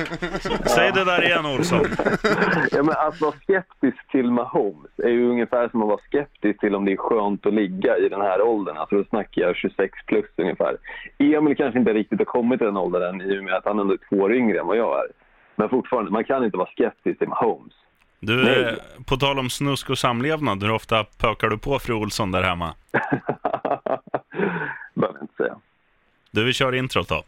Säg det där igen, Olsson. Ja, men att vara skeptisk till Mahomes är ju ungefär som att vara skeptisk till om det är skönt att ligga i den här åldern. Alltså då snackar jag 26 plus ungefär. Emil kanske inte riktigt har kommit till den åldern i och med att han ändå är 2 år yngre än vad jag är. Men fortfarande, man kan inte vara skeptisk till Mahomes. Du, på tal om snusk och samlevnad, hur ofta pökar du på fru Olsson där hemma? Behöver inte säga. Du, vi kör introt då.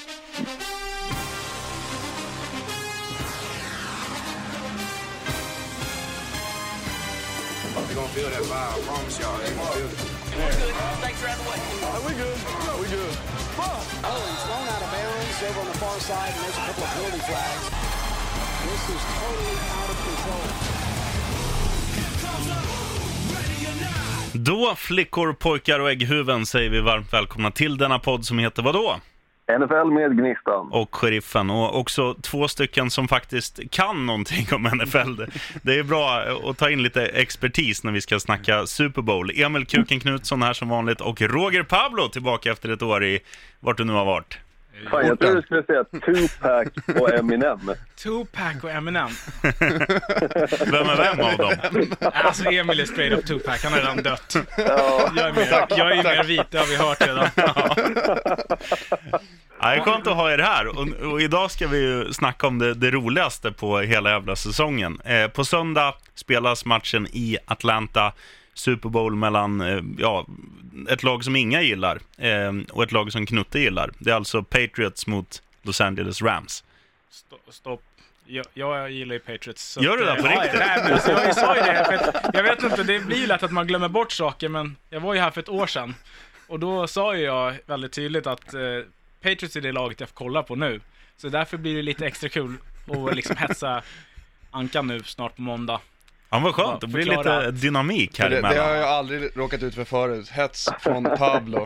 We're gonna feel that vibe, I promise y'all. They're gonna feel it. We're good. Thanks for having the way. We good. We good. Oh, he's thrown out of bounds over on the far side, and there's a couple of penalty flags. This is totally out of control. Då, flickor, pojkar och ägghuven, säger vi varmt välkomna till denna podd som heter vadå? NFL med Gnistan. Och Sheriffen, och också 2 stycken som faktiskt kan någonting om NFL. Det är bra att ta in lite expertis när vi ska snacka Super Bowl. Emil Kuken Knutsson här som vanligt och Roger Pablo tillbaka efter ett år i vart du nu har varit. Fan, jag tror du skulle säga Tupac och Eminem. Tupac och Eminem. Vem är vem av dem? Alltså Emil är straight up Tupac, han har redan dött. Ja. Jag är mer vit, det har vi hört redan. Ja, det är skönt att ha er här och idag ska vi ju snacka om det roligaste på hela jävla säsongen. På söndag spelas matchen i Atlanta, Super Bowl mellan ett lag som inga gillar och ett lag som Knutte gillar. Det är alltså Patriots mot Los Angeles Rams. Stopp. Jag gillar ju Patriots. Gör du det på riktigt? Nej, men alltså, jag sa ju det. För jag vet inte, det blir ju lätt att man glömmer bort saker, men jag var ju här för ett år sedan. Och då sa ju jag väldigt tydligt att Patriots är det laget jag får kolla på nu. Så därför blir det lite extra kul att liksom hetsa Ankan nu snart på måndag. Ja, vad skönt. Det blir lite dynamik här emellan. Det har jag aldrig råkat ut för förut. Hets från Pablo.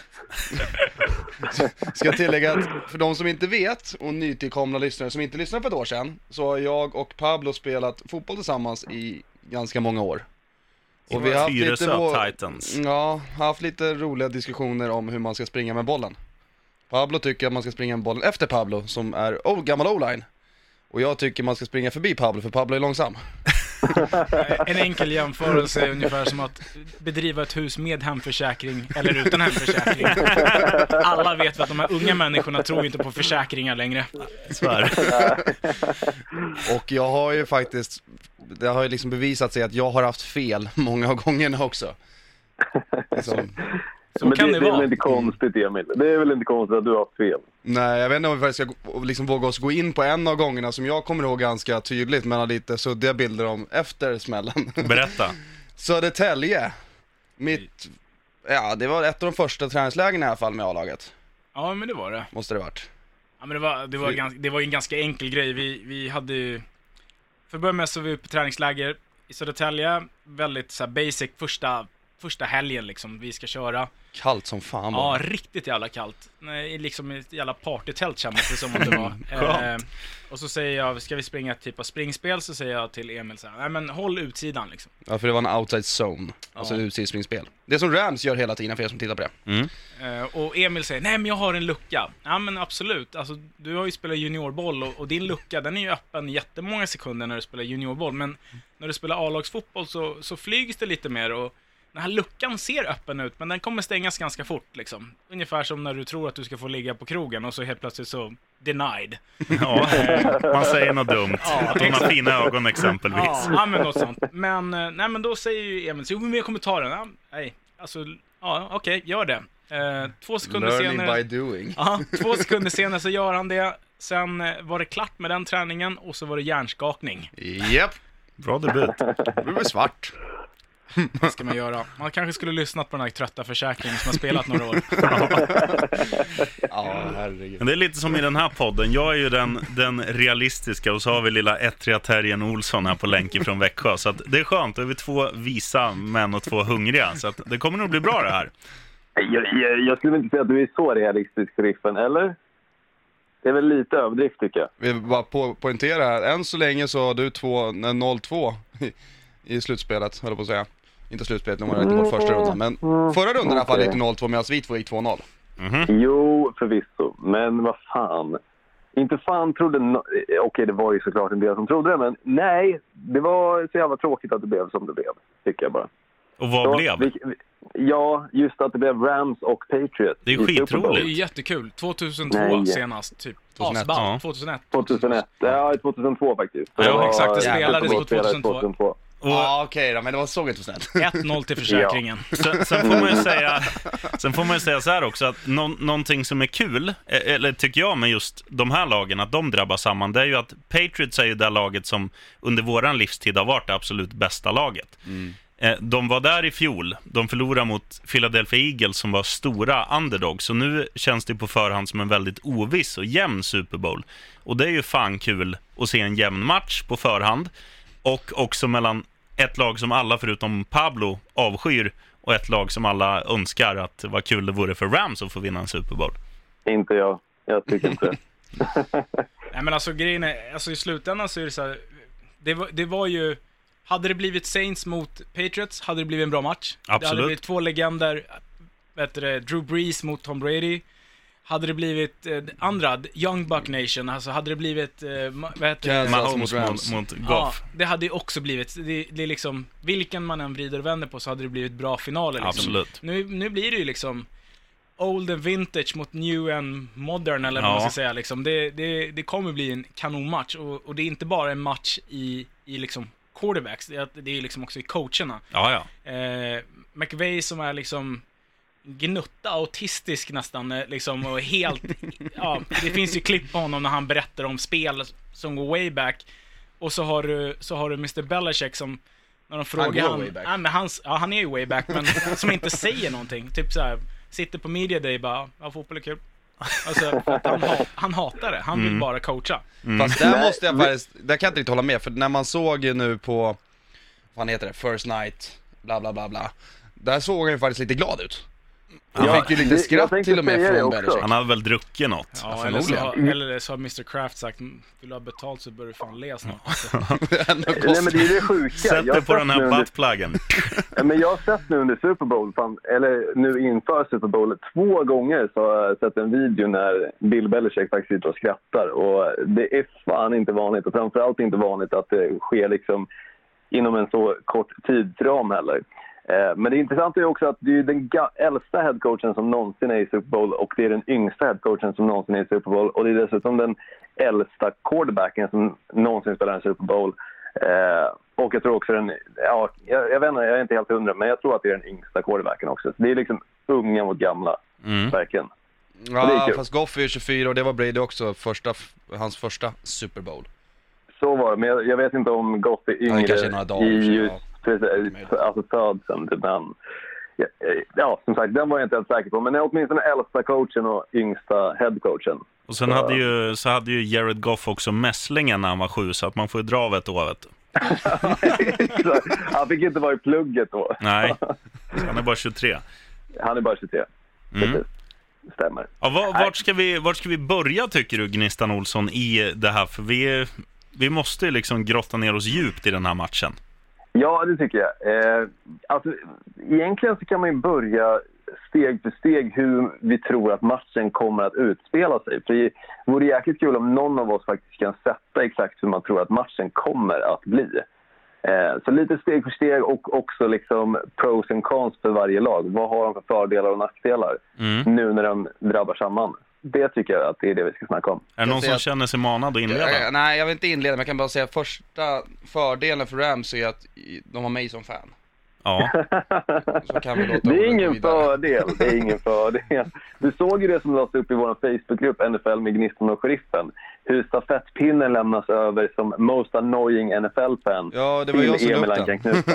Ska tillägga att för de som inte vet och nytillkomna lyssnare som inte lyssnade för ett år sedan, så har jag och Pablo spelat fotboll tillsammans i ganska många år. Och vi har haft Titans. haft lite roliga diskussioner om hur man ska springa med bollen. Pablo tycker att man ska springa med bollen efter Pablo som är gammal O-line. Och jag tycker man ska springa förbi Pablo, för Pablo är långsam. En enkel jämförelse är ungefär som att bedriva ett hus med hemförsäkring eller utan hemförsäkring. Alla vet att de här unga människorna tror inte på försäkringar längre. Svär. Och jag har ju faktiskt, det har ju liksom bevisat sig att jag har haft fel många gånger också. Så men kan det är väl inte konstigt, Emil. Det är väl inte konstigt att du har haft fel. Nej, jag vet inte om vi ska liksom våga oss gå in på en av gångerna som jag kommer ihåg ganska tydligt, men har lite suddiga bilder om efter smällen. Berätta. Södertälje. Det var ett av de första träningslägen i alla fall med A-laget. Ja, men det var det. Måste det varit. Ja, men det var ju en ganska enkel grej. Vi hade ju, för att börja med så var vi på träningsläger i Södertälje. Väldigt så här basic första helgen liksom, vi ska köra. Kallt som fan. Ja, riktigt jävla kallt. Nej, liksom ett jävla partytält kändes det som om det var. Och så säger jag, ska vi springa ett typ av springspel? Så säger jag till Emil så här, nej men håll utsidan liksom. Ja, för det var en outside zone, alltså utsidspringspel. Det som Rams gör hela tiden för er som tittar på det. Och Emil säger, nej men jag har en lucka. Ja men absolut, alltså du har ju spelat juniorboll och din lucka, den är ju öppen jättemånga sekunder när du spelar juniorboll. Men när du spelar A-lagsfotboll så flygs det lite mer och den här luckan ser öppen ut, men den kommer stängas ganska fort liksom. Ungefär som när du tror att du ska få ligga på krogen och så helt plötsligt så denied. Ja, man säger något dumt. Att hon har fina ögon exempelvis. Ja, men något sånt. Men, nej, men då säger ju Emil, så hur mer kommentaren? Ja, nej, alltså, ja, okej, gör det. 2 sekunder Learning senare. by doing. Ja, 2 sekunder senare så gör han det. Sen var det klart med den träningen och så var det hjärnskakning. Japp. Bra debut. Det blev svart. Vad ska man göra? Man kanske skulle lyssnat på den här trötta försäkringen som har spelat några år. Ja, herregud. Men det är lite som i den här podden. Jag är ju den realistiska och så har vi lilla ettriga terriern Olsson här på länk ifrån Växjö. Så att det är skönt. Då är vi 2 visa män och 2 hungriga. Så att det kommer nog bli bra det här. Jag skulle inte säga att du är så realistisk, Riffen, eller? Det är väl lite överdrift tycker jag. Vi bara poängtera här. Än så länge så har du 0-2 i slutspelet, höll jag på att säga. Inte slutspelet när man räknar bort första rundan. Men förra rundan i alla fall gick 0-2 medan vi 2 gick 2-0. Jo, förvisso. Men vad fan. Inte fan trodde... Okej, det var ju såklart en del som trodde det, men nej, det var så jävla tråkigt att det blev som det blev, tycker jag bara. Och vad blev? Ja, just att det blev Rams och Patriots. Det är skitroligt. Det är jättekul. 2002 senast, typ. 2001. Ja. 2001. Ja, 2002 faktiskt. Ja, exakt. Det Ja, spelades på 2002. Ja, okej då, men det var såg inte snällt. 1-0 till försäkringen. Sen får man ju säga så här också, att någonting som är kul, eller tycker jag med just de här lagen, att de drabbar samman, det är ju att Patriots är ju det laget som under våran livstid har varit det absolut bästa laget. De var där i fjol. De förlorade mot Philadelphia Eagles som var stora underdogs. Så nu känns det på förhand som en väldigt oviss och jämn Super Bowl. Och det är ju fan kul att se en jämn match på förhand. Och också mellan ett lag som alla förutom Pablo avskyr och ett lag som alla önskar att vad kul det vore för Rams att få vinna en Super Bowl. Inte jag. Jag tycker inte det. Nej, men alltså grejen är, alltså i slutändan så är det så här, det var ju, hade det blivit Saints mot Patriots hade det blivit en bra match. Absolut. Det hade blivit två legender, Drew Brees mot Tom Brady. Hade det blivit andra, Young Buck Nation, alltså hade det blivit Mahomes mot Goff. Ja, det hade ju också blivit, det är liksom, vilken man än vrider och vänder på så hade det blivit bra finaler liksom. Absolut. Nu blir det ju liksom old and vintage mot new and modern, eller vad man ska säga liksom. Det kommer bli en kanonmatch, och det är inte bara en match i liksom quarterbacks, det är liksom också i coacherna. McVay som är liksom gnutta autistisk nästan liksom, och helt ja, det finns ju klipp på honom när han berättar om spel som går way back, och så har du Mr. Belichick som när de frågar han är ju way back, men som inte säger någonting, typ så här, sitter på media day bara, ja, fotboll är kul. Alltså, för att han hatar det. Han vill bara coacha. Fast där måste jag faktiskt, där kan jag inte riktigt hålla med, för när man såg nu på, vad heter det, First Night, bla bla bla bla, där såg han ju faktiskt lite glad ut. Han fick ju lite skratt till och med från Belichick. Han hade väl druckit något. Ja, eller så har Mr. Kraft sagt, vill du ha betalt så bör du fan le snart. Nej, men det är det sjuka. Sätt dig på den här buttpluggen. Men jag har sett nu under Super Bowl, eller nu inför Super Bowl, 2 gånger så har jag sett en video när Bill Belichick faktiskt sitter och skrattar. Och det är fan inte vanligt, och framförallt inte vanligt att det sker liksom inom en så kort tidsram heller. Men det intressanta är också att det är den äldsta headcoachen som någonsin är i Super Bowl, och det är den yngsta headcoachen som någonsin är i Super Bowl, och det är dessutom den äldsta quarterbacken som någonsin spelar en Super Bowl. Och jag tror också jag vet inte, jag är inte helt 100, men jag tror att det är den yngsta quarterbacken också. Så det är liksom unga mot gamla, verkligen. Ja, fast Goff är 24 och det var Brady också hans första Super Bowl. Så var det, men jag vet inte om Goff är yngre i just alltså födseln, men ja, som sagt, den var jag inte helt säker på, men åtminstone äldsta coachen och yngsta headcoachen. Och sen hade ju Jared Goff också mässlingen när han var 7, så att man får ju dra av ett år, vet du. Han fick inte vara i plugget då. Nej, han är bara 23. Han är bara 23. Stämmer. Ja, vart ska vi börja, tycker du, Gnistan Olsson, i det här? För vi måste liksom grotta ner oss djupt i den här matchen. Ja, det tycker jag. Alltså, egentligen så kan man ju börja steg för steg hur vi tror att matchen kommer att utspela sig. För det vore jäkligt kul om någon av oss faktiskt kan sätta exakt hur man tror att matchen kommer att bli. Så lite steg för steg, och också liksom pros and cons för varje lag. Vad har de för fördelar och nackdelar nu när de drabbar samman? Det tycker jag att det är det vi ska snacka om. Är det någon som känner sig manad att inleda? Nej, jag vill inte inleda, men jag kan bara säga att första fördelen för Rams är att de har mig som fan. Ja. Så kan vi låta det är ingen fördel. Du såg ju det som lades upp i vår Facebookgrupp NFL med Gnistan och Sheriffen. Hur stafettpinnen lämnas över som most annoying NFL-fan. Ja, det var jag som Emil Ankan Knutsen.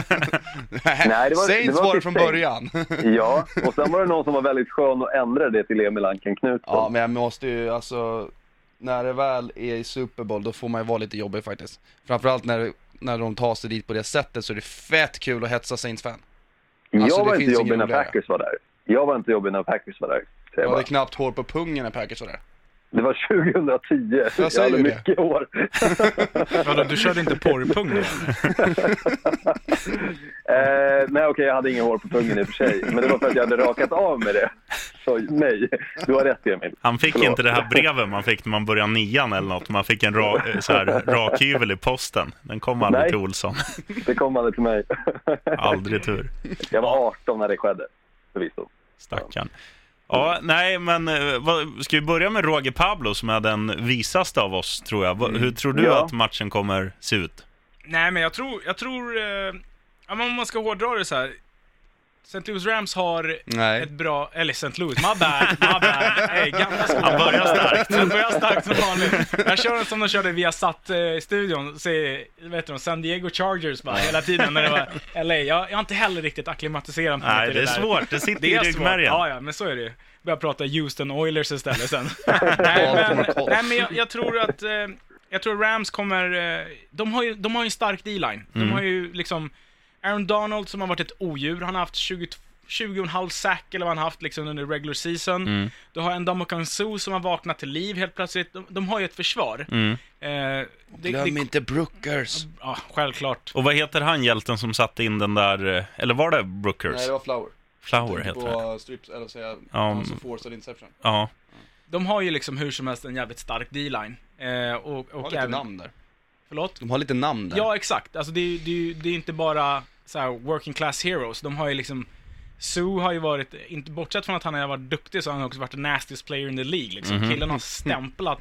Nej, Saints var det från början. Ja, och sen var det någon som var väldigt skön och ändrade det till Emil Ankan Knutsen. Ja, men jag måste ju, alltså, när det väl är i Super Bowl, då får man ju vara lite jobbig faktiskt. Framförallt när de tar sig dit på det sättet, så är det fett kul att hetsa Saints-fan. Alltså, jag var inte jobbig när Packers var där. Ja, det är knappt hår på pungen när Packers var där. Det var 2010. Jag hade mycket år. Vadå, du körde inte porrpung då? Nej, okej, jag hade ingen hår på pungen i och för sig. Men det var för att jag hade rakat av med det. Så nej, du har rätt, Emil. Han fick inte det här brevet man fick när man började 9:an eller något. Man fick en rakhyvel i posten. Den kom aldrig till Olsson. Det kom aldrig till mig. Aldrig tur. Jag var 18 när det skedde, förvisso. Stackarn. Ja, nej, men ska vi börja med Roger Pablo som är den visaste av oss, tror jag. Hur tror du att matchen kommer se ut? Nej, men jag tror om man ska hårdra det så här. St. Louis Rams har ett bra... Eller St. Louis, my bad. Hey, gamla skolan. Han börjar starkt. Han börjar starkt som vanligt. Jag kör som de körde via studion San Diego Chargers bara, hela tiden när det var LA. Jag har inte heller riktigt akklimatiserat mig till det där. Det är svårt, det sitter i ryggmärgen. Ja, men så är det. Börja prata Houston Oilers istället sen. nej, men jag tror att... Jag tror Rams kommer... De har ju en stark D-line. De har ju liksom... Aaron Donald som har varit ett odjur. Han har haft 20,5 sack eller vad han har haft liksom under regular season. Du har en Ndamukong Suh som har vaknat till liv helt plötsligt. De har ju ett försvar. Glöm inte Brookers. Ja, självklart. Och vad heter han, hjälten som satte in den där... Eller var det Brookers? Nej, det var Flower. Flower heter det. På strips, eller säga, alltså forced inception. Ja. De har ju liksom hur som helst en jävligt stark D-line. Och har lite namn där. Förlåt? De har lite namn där. Ja, exakt. Alltså det är inte bara så här working class heroes. De har ju liksom... Sue har ju varit, inte bortsett från att han har varit duktig, så har han också varit the nastiest player in the league liksom. Killen har stämplat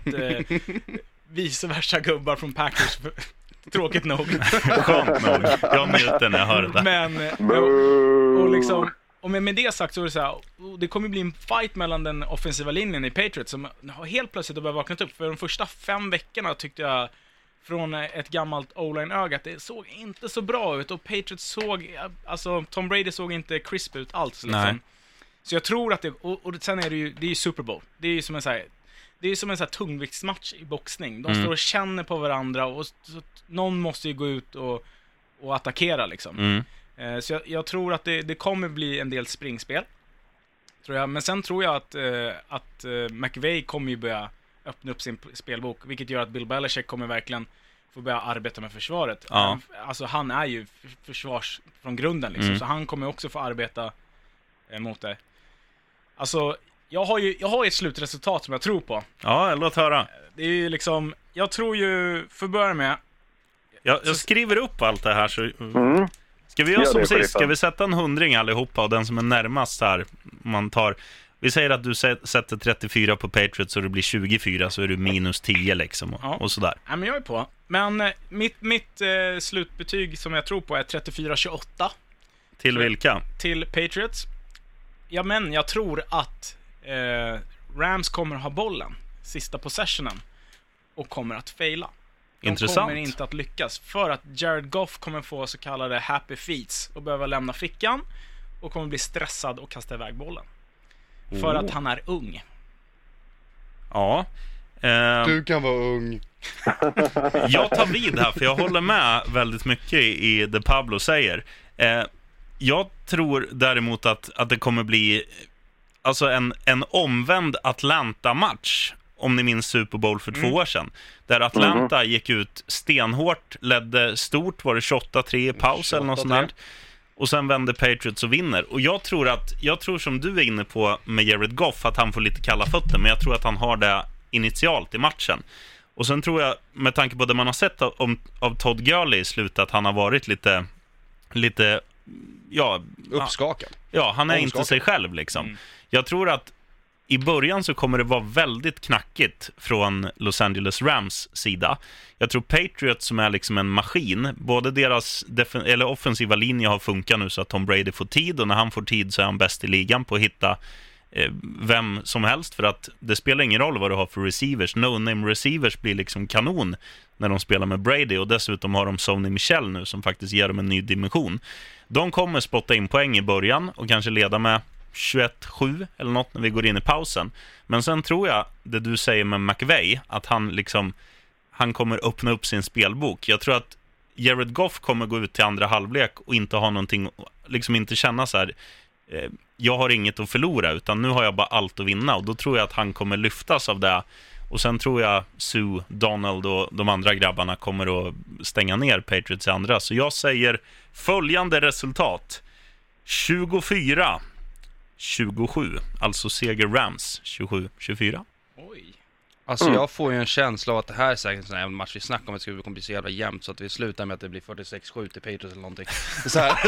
vice versa gubbar från Packers tråkigt nog. Skönt nog. Jag njuter när jag hör det. Men och liksom, och med det sagt så är det så här, det kommer bli en fight mellan den offensiva linjen i Patriots som har helt plötsligt börjat vakna upp. För de första 5 veckorna tyckte jag från ett gammalt O-line-öga att det såg inte så bra ut, och Patriots såg, alltså Tom Brady såg inte crisp ut alls liksom. Så jag tror att det, och sen är det ju Super Bowl. Det är ju som en så här tungviktsmatch i boxning. De står och känner på varandra, och så, någon måste ju gå ut och attackera liksom. Så jag tror att det kommer bli en del springspel, tror jag. Men sen tror jag att McVay kommer ju börja öppna upp sin spelbok, vilket gör att Bill Belichick kommer verkligen få börja arbeta med försvaret. Ja. Alltså han är ju försvars från grunden liksom, så han kommer också få arbeta mot det. Alltså jag har ju ett slutresultat som jag tror på. Ja, låt höra. Det är ju liksom, jag tror ju, för att börja med, jag skriver upp allt det här så... Ska vi göra som sist? Ska vi sätta en 100 allihopa, och den som är närmast här, man tar... Vi säger att du sätter 34 på Patriots och det blir 24, så är du minus 10 liksom, och sådär. Ja, men jag är på. Men mitt slutbetyg som jag tror på är 34-28. Till vilka? Till Patriots. Ja, men jag tror att Rams kommer ha bollen sista possessionen och kommer att faila. De kommer inte att lyckas, för att Jared Goff kommer få så kallade happy feets och behöva lämna fickan och kommer bli stressad och kasta iväg bollen. För att han är ung. Ja. Du kan vara ung. Jag tar vid här, för jag håller med väldigt mycket i det Pablo säger. Jag tror däremot att det kommer bli alltså en omvänd Atlanta-match, om ni minns Super Bowl för 2 år sedan. Där Atlanta gick ut stenhårt, ledde stort, var det 28-3 i paus eller något sånt där. Och sen vände Patriots och vinner. Och jag tror som du är inne på med Jared Goff, att han får lite kalla fötter. Men jag tror att han har det initialt i matchen. Och sen tror jag, med tanke på det man har sett av Todd Gurley i slutet, att han har varit lite uppskakad. Ja, han är inte sig själv liksom. Jag tror att i början så kommer det vara väldigt knackigt från Los Angeles Rams sida. Jag tror Patriots, som är liksom en maskin, både deras offensiva linje har funkat nu så att Tom Brady får tid, och när han får tid så är han bäst i ligan på att hitta vem som helst, för att det spelar ingen roll vad du har för receivers. No-name receivers blir liksom kanon när de spelar med Brady, och dessutom har de Sony Michel nu som faktiskt ger dem en ny dimension. De kommer spotta in poäng i början och kanske leda med 21-7 eller något när vi går in i pausen. Men sen tror jag, det du säger med McVay, att han kommer öppna upp sin spelbok. Jag tror att Jared Goff kommer gå ut till andra halvlek och inte ha någonting, liksom inte känna så här, jag har inget att förlora, utan nu har jag bara allt att vinna. Och då tror jag att han kommer lyftas av det Och sen tror jag Sue, Donald och de andra grabbarna kommer att stänga ner Patriots i andra. Så jag säger följande resultat. 24-27. Alltså seger Rams 27-24. Oj. Alltså jag får ju en känsla av att det här är säkert en sån här match vi snackar om att det kommer bli så jävla jämnt så att vi slutar med att det blir 46-7 till Patriots eller någonting. Så här,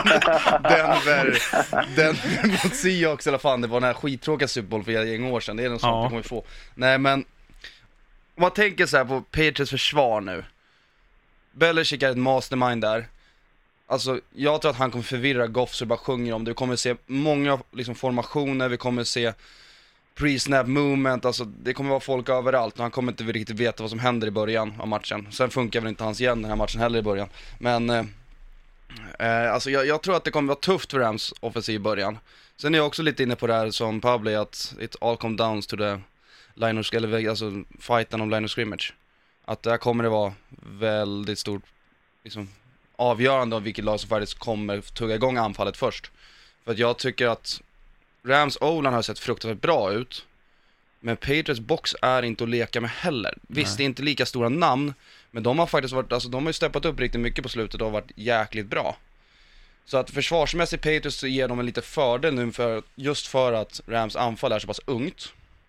den mot Seahawks eller fan, det var den här skittråkiga Super Bowl för ett gäng år sedan. Det är något sånt vi kommer få. Nej men, om man tänker så här på Patriots försvar nu. Belichick är ett mastermind där. Alltså jag tror att han kommer förvirra Goff så det bara sjunger om. Du kommer se många liksom, formationer, vi kommer se pre-snap movement, alltså det kommer vara folk överallt och han kommer inte riktigt veta vad som händer i början av matchen. Sen funkar väl inte hans igen den här matchen heller i början. Men alltså jag tror att det kommer vara tufft för Rams offensiv i början. Sen är jag också lite inne på det här som Pablo, att it all comes down to the line of, eller alltså fighten om line of scrimmage. Att där kommer det vara väldigt stort liksom, avgörande av vilket lag som faktiskt kommer tugga igång anfallet först. För att jag tycker att Rams O-line har sett fruktansvärt bra ut. Men Patriots box är inte att leka med heller. Visst, det är inte lika stora namn. Men de har faktiskt varit, alltså de har ju steppat upp riktigt mycket på slutet och har varit jäkligt bra. Så att försvarsmässigt Patriots så ger de en lite fördel nu just för att Rams anfall är så pass ungt.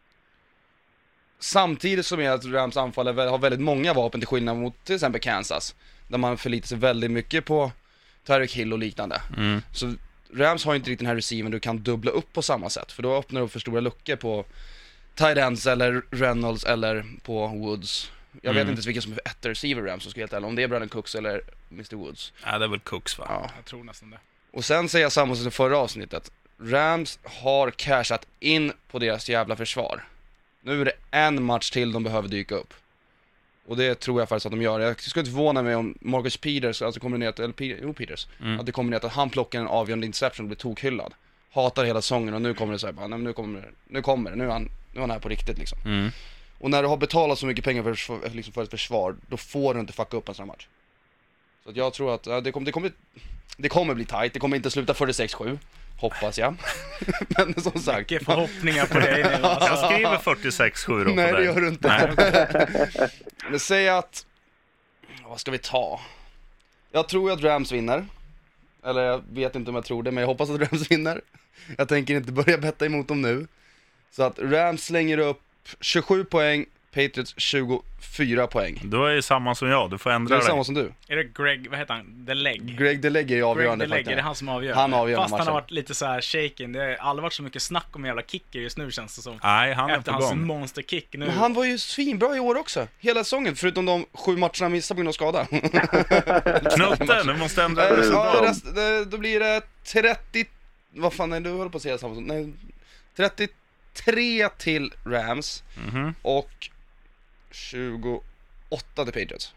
Samtidigt som är att Rams anfall har väldigt många vapen till skillnad mot till exempel Kansas. Där man förlitar sig väldigt mycket på Tyreek Hill och liknande. Så Rams har inte riktigt den här receiven du kan dubbla upp på samma sätt. För då öppnar du upp för stora luckor på tight ends eller Reynolds eller på Woods. Jag vet inte ens vilka som är ett receiver Rams som ska heta, eller om det är Brandon Cooks eller Mr. Woods. Ja, det är väl Cooks va? Ja, jag tror nästan det. Och sen säger jag samma som i förra avsnittet. Rams har cashat in på deras jävla försvar. Nu är det en match till de behöver dyka upp. Och det tror jag faktiskt att de gör. Jag skulle inte förvåna mig om Marcus Peters, alltså kombinerat, eller Peters, att det kombinerat att han plockar en avgörande interception och blir tokhyllad. Hatar hela säsongen och nu kommer det så här, bara, nej, nu är han här på riktigt liksom. Och när du har betalat så mycket pengar för ett försvar, då får du inte fucka upp en sån här match. Så att jag tror att det kommer bli tight, det kommer inte sluta 46-7. Hoppas jag. Men som sagt, mycket förhoppningar på dig nu. Alltså. Jag skriver 46-7 då. Nej, på det dig. gör du inte. Men säg att, vad ska vi ta? Jag tror att Rams vinner. Eller jag vet inte om jag tror det, men jag hoppas att Rams vinner. Jag tänker inte börja betta emot dem nu. Så att Rams slänger upp 27 poäng, Patriots 24 poäng. Du är ju samma som jag, du får ändra Det är dig. samma som du. Är det Greg, vad heter han? DeLeg? Greg DeLeg är ju avgörande. Greg DeLeg, är det han som avgör? Han avgör Fast matchen. han har varit lite så här shaken. Det har aldrig varit så mycket snack om jävla kicker just nu, känns det som. Nej, han är efter på hans gång. monsterkick nu. Men han var ju svinbra i år också. Hela säsongen, förutom de 7 matcherna han missade på grund av skada. Knutte, du måste ändra dig. Ja, då blir det 30... Vad fan är det du håller på att säga samma som? Nej, 33 till Rams och 28 till Patriots.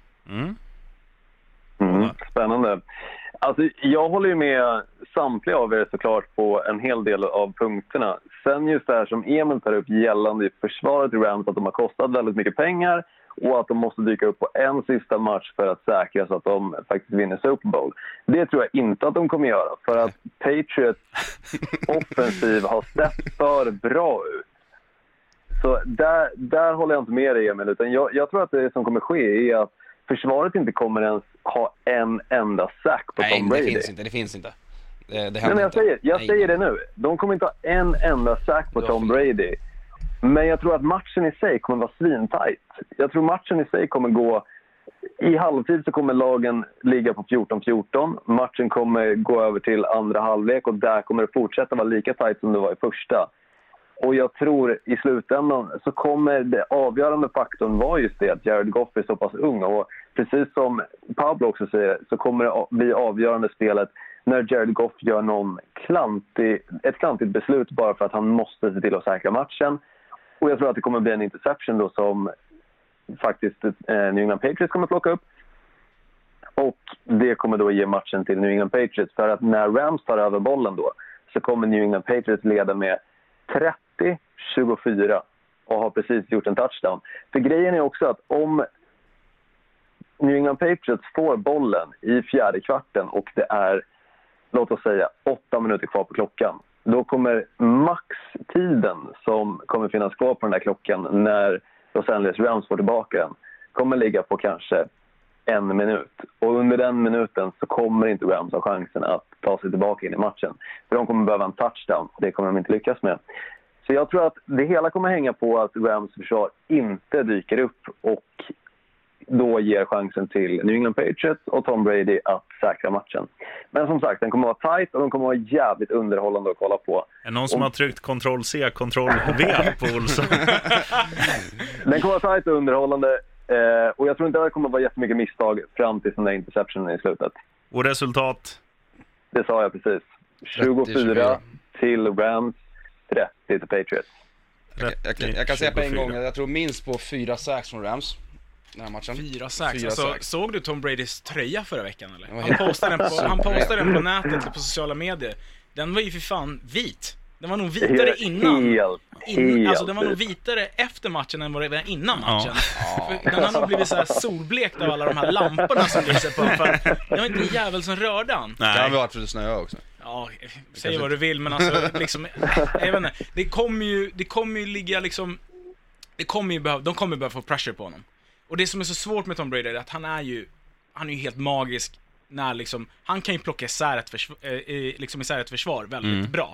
Spännande. Alltså, jag håller ju med samtliga av er såklart på en hel del av punkterna. Sen just det här som Emil tar upp gällande i försvaret i Rams, att de har kostat väldigt mycket pengar och att de måste dyka upp på en sista match för att säkra så att de faktiskt vinner Super Bowl. Det tror jag inte att de kommer göra, för att Patriots offensiv har sett för bra ut. Så där håller jag inte med dig, Emil, utan jag tror att det som kommer ske är att försvaret inte kommer ens ha en enda sack på Tom Brady. Nej, det finns inte. Det men jag säger det nu. De kommer inte ha en enda sack på Tom Brady. Men jag tror att matchen i sig kommer vara svintajt. Jag tror matchen i sig kommer gå... I halvtid så kommer lagen ligga på 14-14. Matchen kommer gå över till andra halvlek och där kommer det fortsätta vara lika tajt som det var i första. Och jag tror i slutändan så kommer det avgörande faktorn vara just det att Jared Goff är så pass ung. Och precis som Pablo också säger så kommer det bli avgörande spelet när Jared Goff gör ett klantigt beslut bara för att han måste se till att säkra matchen. Och jag tror att det kommer bli en interception då som faktiskt New England Patriots kommer plocka upp. Och det kommer då ge matchen till New England Patriots. För att när Rams tar över bollen då så kommer New England Patriots leda med 30-24 och har precis gjort en touchdown. För grejen är också att om New England Patriots får bollen i fjärde kvarten och det är, låt oss säga, 8 minuter kvar på klockan, då kommer maxtiden som kommer finnas kvar på den där klockan när Los Angeles Rams får tillbaka den, kommer ligga på kanske 1 minut. Och under den minuten så kommer inte Rams ha chansen att ta sig tillbaka in i matchen. För de kommer behöva en touchdown. Det kommer de inte lyckas med. Så jag tror att det hela kommer hänga på att Rams försvar inte dyker upp och då ger chansen till New England Patriots och Tom Brady att säkra matchen. Men som sagt, den kommer att vara tight och den kommer att vara jävligt underhållande att kolla på. Är någon som har tryckt Ctrl-C, Ctrl-V på Olsson? Den kommer att vara tight och underhållande. Och jag tror inte att det kommer att vara jättemycket misstag fram till den där interceptionen i slutet. Och resultat? Det sa jag precis. 24 till Rams, 30 till Patriots. Jag kan säga på en gång, jag tror minst på 4 sacks från Rams den här matchen. 4 sacks. Alltså, såg du Tom Bradys tröja förra veckan eller? Han postade den på nätet och på sociala medier. Den var ju för fan vit. Den var nog vitare innan. Alltså den var nog vitare efter matchen än vad det var innan matchen. Den har nog blivit så här solblekt av alla de här lamporna som lyser på. För det var inte en jävel som rörde han. Det har varit för det snöa också. Ja, säg vad du vill, men alltså liksom, jag vet inte, det kommer ju ligga liksom, de kommer behöva få pressure på honom. Och det som är så svårt med Tom Brady är att han är ju helt magisk när liksom, han kan ju plocka isär ett försvar väldigt bra.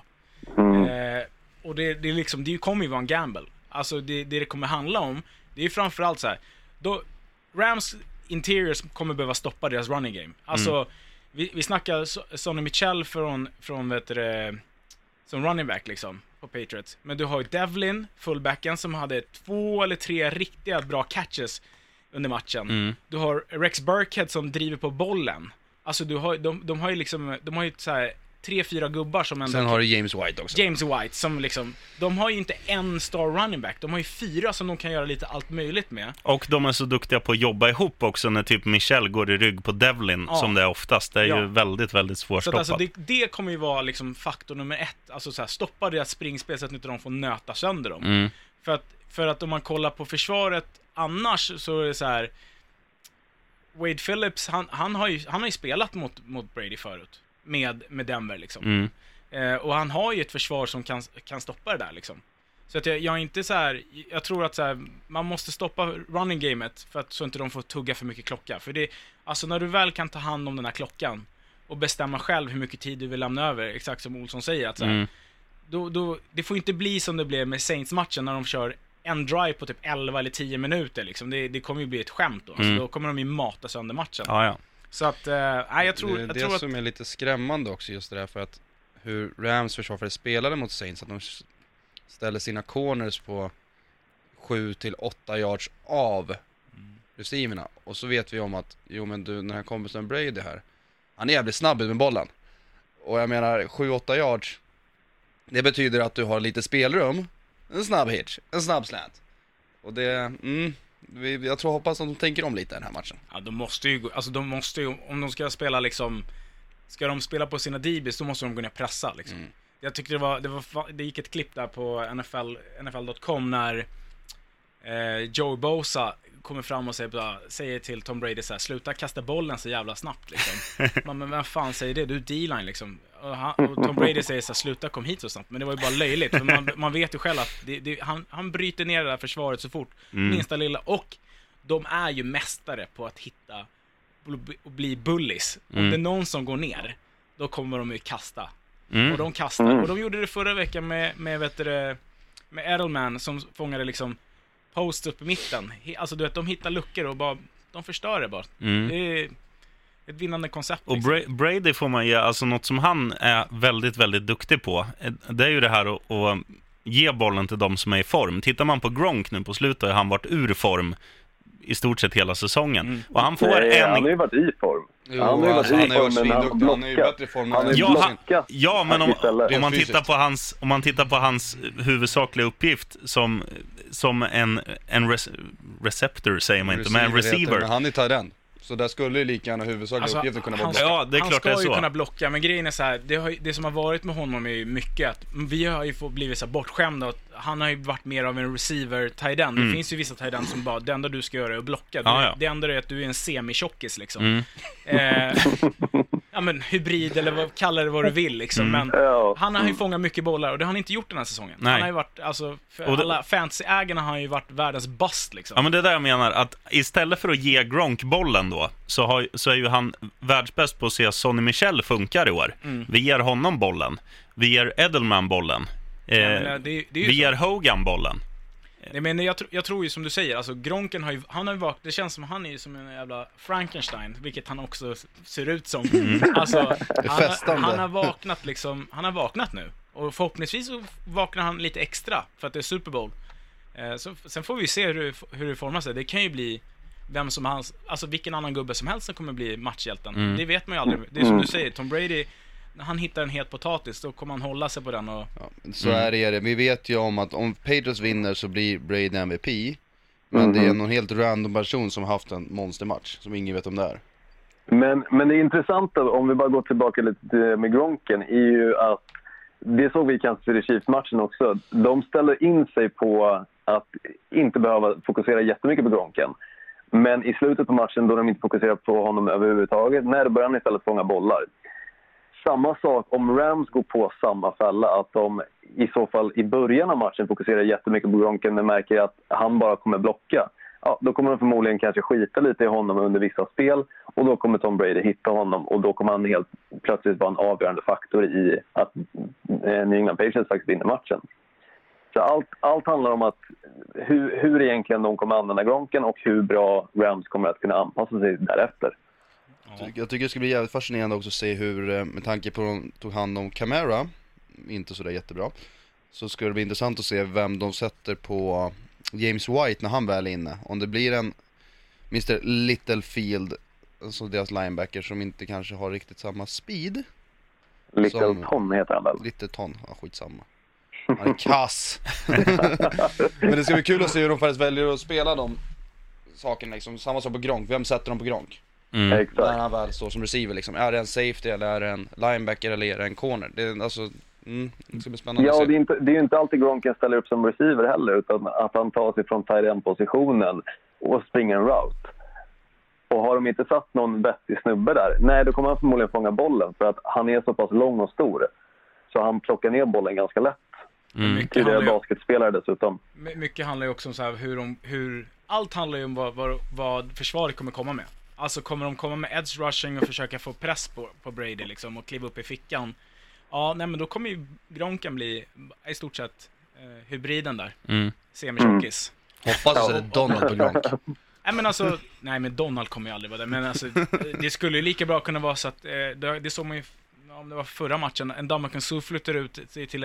Och det liksom, det kommer ju vara en gamble. Alltså det kommer handla om, det är ju framförallt så här, då Rams interiors kommer behöva stoppa deras running game. Alltså vi snackar Sonny Michel från vet du, som running back liksom på Patriots. Men du har ju Devlin, fullbacken, som hade 2 eller 3 riktiga bra catches under matchen. Du har Rex Burkhead som driver på bollen. Alltså de har ju liksom, de har ju så här 3-4 gubbar som ändå... Sen har du James White också. James White som liksom, de har ju inte en star running back. De har ju 4 som de kan göra lite allt möjligt med. Och de är så duktiga på att jobba ihop också när typ Michel går i rygg på Devlin, som det är oftast. Det är ju väldigt, väldigt svårstoppat. Så alltså det kommer ju vara liksom faktor nummer 1. Alltså så här, stoppa deras springspel så att inte de får nöta sönder dem. För att om man kollar på försvaret annars så är det så här, Wade Phillips, han har ju spelat mot Brady förut. Med Denver liksom. Och han har ju ett försvar som kan stoppa det där liksom. Så att jag är inte så här, jag tror att så här, man måste stoppa running gamet för att så inte de får tugga för mycket klocka. För det, alltså när du väl kan ta hand om den här klockan och bestämma själv hur mycket tid du vill lämna över, exakt som Olsson säger att så här, då det får inte bli som det blev med Saints-matchen när de kör en drive på typ 11 eller 10 minuter liksom. Det kommer ju bli ett skämt då. Alltså, då kommer de ju mata sönder matchen. Ja. Så att, jag tror det att... som är lite skrämmande också just det där, för att hur Rams försvarare spelade mot Saints, att de ställer sina corners på 7-8 yards av receiverna. Och så vet vi om att, den här kompisen Brady här, han är jävligt snabb med bollen. Och jag menar, 7-8 yards, det betyder att du har lite spelrum, en snabb hitch, en snabb slant. Och det, jag hoppas att de tänker om lite den här matchen. Ja, de måste ju, om de ska spela liksom, ska de spela på sina DBs, då måste de gå ner och pressa liksom. Jag tyckte det gick ett klipp där på NFL.com när Joe Bosa kommer fram och säger till Tom Brady så här, sluta kasta bollen så jävla snabbt liksom. Men vem fan säger det? Du är D-line liksom. Och Tom Brady säger så här, sluta kom hit så snabbt. Men det var ju bara löjligt, för man vet ju själv att han bryter ner det där försvaret så fort, minsta lilla. Och de är ju mästare på att hitta och bli bullies. Om det är någon som går ner, då kommer de ju kasta. Och de kastar. Och de gjorde det förra veckan med Edelman som fångade liksom post upp i mitten. Alltså du vet, de hittar luckor och bara, de förstör det bara. Det är ett vinnande koncept. Och liksom. Brady får man ge, alltså något som han är väldigt, väldigt duktig på. Det är ju det här att ge bollen till de som är i form. Tittar man på Gronk nu på slutet har han varit ur form i stort sett hela säsongen. Och han får han har ju varit i form. Han är ju bättre form. Men om man tittar på hans huvudsakliga uppgift som en receptor säger man inte, men en receiver. Men han är tight end. Så där skulle ju lika gärna huvudsakliga uppgiften kunna vara blocka. Ja, det är klart det är så. Han ska ju kunna blocka, men grejen är så här, det som har varit med honom är ju mycket att vi har ju blivit så bortskämda att han har ju varit mer av en receiver tight end. Det finns ju vissa tight end som bara, det enda du ska göra är att blocka. Det enda är att du är en semi-tjockis liksom. ja, men hybrid eller kalla det vad du vill liksom. Men han har ju fångat mycket bollar och det har han inte gjort den här säsongen. Nej. Han har ju varit, alltså, för alla fantasy-ägarna har ju varit världens bust liksom. Ja, men det är där jag menar, att istället för att ge Gronk bollen då, så är ju han världsbäst på att se Sonny Michel funkar i år. Vi ger honom bollen. Vi ger Edelman bollen. Vi ger Hogan bollen. Nej, men jag tror ju som du säger, alltså Gronken han har ju vaknat, det känns som han är ju som en jävla Frankenstein, vilket han också ser ut som. Alltså, han har vaknat liksom, han har vaknat nu. Och förhoppningsvis så vaknar han lite extra för att det är Super Bowl. Sen får vi se hur det formar sig. Det kan ju bli vem som alltså vilken annan gubbe som helst som kommer bli matchhjälten. Det vet man ju aldrig. Det är som du säger, Tom Brady, när han hittar en het potatis, då kommer han hålla sig på den och... Ja, så är det. Vi vet ju om att om Patriots vinner så blir Brady MVP. Men det är någon helt random person som har haft en monstermatch som ingen vet om det är. Men det intressanta, om vi bara går tillbaka lite med Gronken, är ju att det såg vi i Kansas City Chiefs-matchen också. De ställer in sig på att inte behöva fokusera jättemycket på Gronken. Men i slutet på matchen, då de inte fokuserar på honom överhuvudtaget, när börjar han istället fånga bollar. Samma sak om Rams går på samma fälla, att de i så fall i början av matchen fokuserar jättemycket på Gronken men märker att han bara kommer blocka. Ja, då kommer de förmodligen kanske skita lite i honom under vissa spel och då kommer Tom Brady hitta honom och då kommer han helt plötsligt vara en avgörande faktor i att New England Patriots faktiskt vinner matchen. Så allt handlar om att hur egentligen de kommer använda Gronken och hur bra Rams kommer att kunna anpassa sig därefter. Jag tycker det ska bli jävligt fascinerande också att se hur, med tanke på att de tog hand om Kamara, inte sådär jättebra, så ska det bli intressant att se vem de sätter på James White när han väl är inne. Om det blir en Mr. Littlefield, alltså deras linebacker, som inte kanske har riktigt samma speed. Littleton heter han väl? Littleton, ja skitsamma. Han är kass. Men det ska bli kul att se hur de faktiskt väljer att spela de sakerna liksom. Samma sak på Gronk, vem sätter de på Gronk? Exakt. När han väl står som receiver liksom. Är det en safety eller är det en linebacker eller är det en corner? Det är alltså, det ska bli spännande att se. Det är ju inte alltid Gronken ställer upp som receiver heller, utan att han tar sig från tight end-positionen och springer en route. Och har de inte satt någon vettig snubbe där, nej, då kommer han förmodligen fånga bollen för att han är så pass lång och stor. Så han plockar ner bollen ganska lätt. Tidigare basketspelare dessutom. Mycket handlar ju också om så här allt handlar ju om vad försvaret kommer komma med. Alltså kommer de komma med edge rushing och försöka få press på Brady liksom och kliva upp i fickan. Ja, nej men då kommer ju Gronken bli i stort sett hybriden där. Semi-tjockis. Hoppas att det är Donald på Gronk. Nej men Donald kommer ju aldrig vara där. Men alltså, det skulle ju lika bra kunna vara så att det såg man ju, om det var förra matchen, en Damakan Suh flyttar ut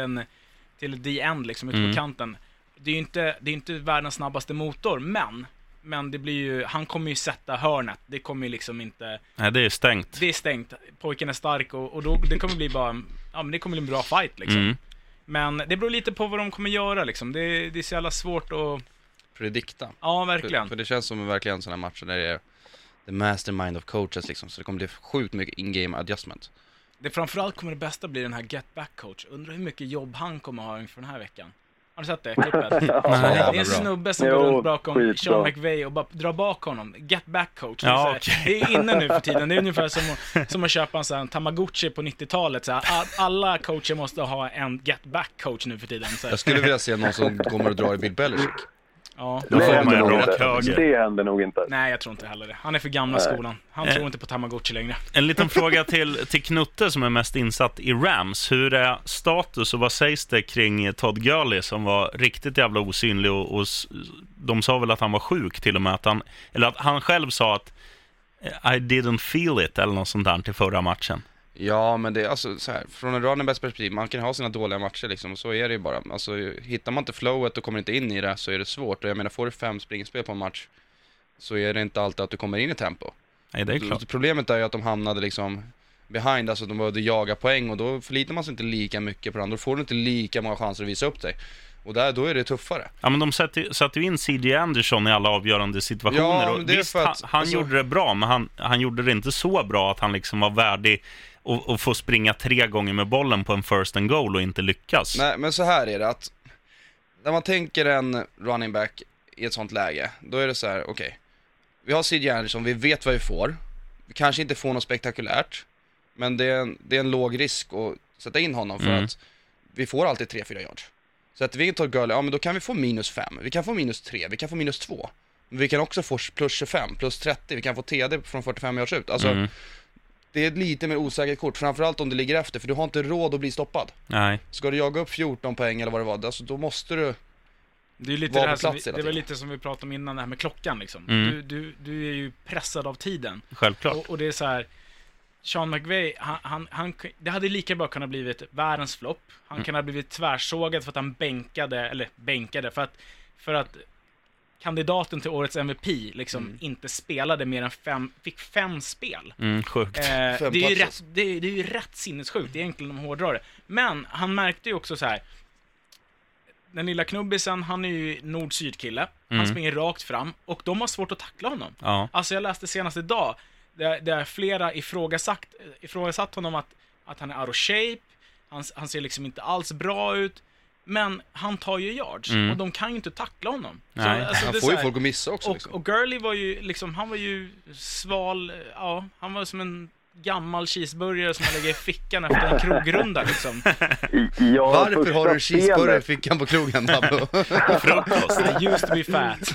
till the end liksom, ute på kanten. Det är ju inte världens snabbaste motor, men det blir ju, han kommer ju sätta hörnet. Det kommer ju liksom inte... Nej, det är stängt. Det är stängt. Pojken är stark och då, det kommer bli bara... Ja, men det kommer bli en bra fight liksom. Men det beror lite på vad de kommer göra liksom. Det är så jävla svårt att... Predikta. Ja, verkligen. För det känns som verkligen sådana matcher där det är the mastermind of coaches liksom. Så det kommer bli sjukt mycket in-game adjustment. Det framförallt kommer det bästa bli den här get back coach. Undrar hur mycket jobb han kommer ha inför den här veckan. Har du sett det klippet? Det är en snubbe som går runt bakom Sean McVay och bara drar bak honom. Get back coach. Ja, det är inne nu för tiden. Det är ungefär som att köpa en sån här Tamagotchi på 90-talet. Så här, alla coacher måste ha en get back coach nu för tiden. Så. Jag skulle vilja se någon som kommer att dra i Bill Belichick. Ja. Då får man en rak höger. Det händer nog inte. Nej, jag tror inte heller det. Han är för gamla skolan. Han tror inte på Tamagotchi längre. En liten fråga till Knutte som är mest insatt i Rams. Hur är status och vad sägs det kring Todd Gurley som var riktigt jävla osynlig och de sa väl att han var sjuk till och med, att han själv sa att I didn't feel it eller något sånt där till förra matchen. Ja, men det är alltså så här, från en running backs perspektiv, man kan ha sina dåliga matcher liksom, så är det ju bara. Alltså hittar man inte flowet och kommer inte in i det så är det svårt. Och jag menar, får du 5 springspel på en match så är det inte alltid att du kommer in i tempo. Nej, det är klart. Problemet är ju att de hamnade liksom behind, alltså de behövde jaga poäng och då förlitar man sig inte lika mycket på den. Då får du inte lika många chanser att visa upp dig. Och då är det tuffare. Ja, men de satte ju in C.J. Anderson i alla avgörande situationer. Ja, och visst, han gjorde det bra, men han gjorde det inte så bra att han liksom var värdig och få springa 3 gånger med bollen på en first and goal och inte lyckas. Nej, men så här är det att när man tänker en running back i ett sånt läge, då är det så här, okej. Vi har C.J. Anderson, vi vet vad vi får. Vi kanske inte får något spektakulärt, Men det är en låg risk att sätta in honom för att vi får alltid 3-4 yards. Så att vi tar Gurley, ja men då kan vi få -5, vi kan få -3, vi kan få -2. Men vi kan också få +25, +30, vi kan få TD från 45 yards ut. Alltså, det är ett lite mer osäkert kort, framförallt om du ligger efter, för du har inte råd att bli stoppad. Nej. Ska du jaga upp 14 poäng eller vad det var, alltså, då måste du det är lite det här som det var lite som vi pratade om innan, det här med klockan liksom. Du är ju pressad av tiden. Självklart. Och det är så här, Sean McVay, han det hade lika bra kunnat blivit världens flopp. Han kan ha blivit tvärsågad för att han bänkade för att kandidaten till årets MVP liksom inte spelade mer än fick 5 spel. Sjukt. Det är ju rätt sinnessjukt egentligen om hårdrar det. Men han märkte ju också så här, den lilla knubbisen, han är ju nord-syd-kille. Han springer rakt fram och de har svårt att tackla honom. Ja. Alltså jag läste senast idag där flera ifrågasatt honom att han är out of shape. Han ser liksom inte alls bra ut. Men han tar ju yards och de kan ju inte tackla honom. Nej. Så, alltså, han får ju folk att missa också. Liksom. Och Gurley var ju liksom, han var ju sval, ja, han var som en gammal cheeseburgare som man lägger i fickan efter en krogrunda liksom. Varför har du en cheeseburgare i fickan på krogen, Pablo? Frukost. I used to be fat.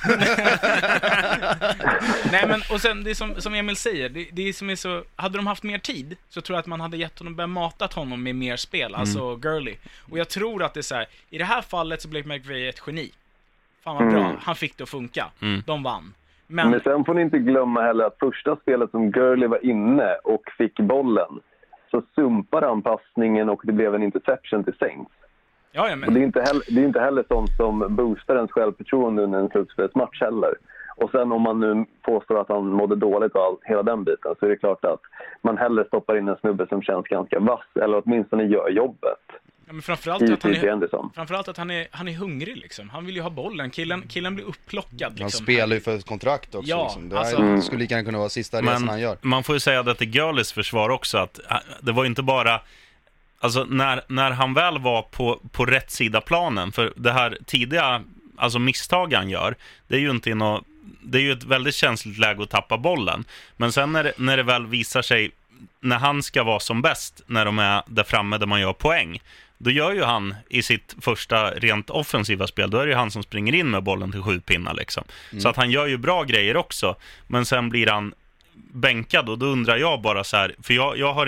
Nej men, och sen det som Emil säger, det som är så, hade de haft mer tid så tror jag att man hade gett honom, matat honom med mer spel, alltså Gurley. Och jag tror att det är så här, i det här fallet så blev McVay ett geni. Fan vad bra, han fick det att funka. De vann. Men sen får ni inte glömma heller att första spelet som Gurley var inne och fick bollen, så sumpade han passningen och det blev en interception till Saints. Ja, men... Och det är inte heller sånt som boostar ens självförtroende under en slutspelsmatch heller. Och sen om man nu påstår att han mådde dåligt och hela den biten, så är det klart att man hellre stoppar in en snubbe som känns ganska vass, eller åtminstone gör jobbet. Ja, men framförallt att han är hungrig liksom. Han vill ju ha bollen. Killen blir upplockad liksom. Han spelar ju för ett kontrakt också. Ja, liksom. Det skulle lika gärna kunna vara sista resan han gör. Man får ju säga det till Gurleys försvar också, att det var inte bara, alltså när han väl var på rätt sida planen, för det här tidiga, alltså misstag han gör, det är ju inte det är ju ett väldigt känsligt läge att tappa bollen. Men sen när det väl visar sig, när han ska vara som bäst, när de är där framme där man gör poäng, då gör ju han i sitt första rent offensiva spel, då är det ju han som springer in med bollen till 7 pinnar liksom. Så att han gör ju bra grejer också, men sen blir han bänkad, och då undrar jag bara så här, för jag har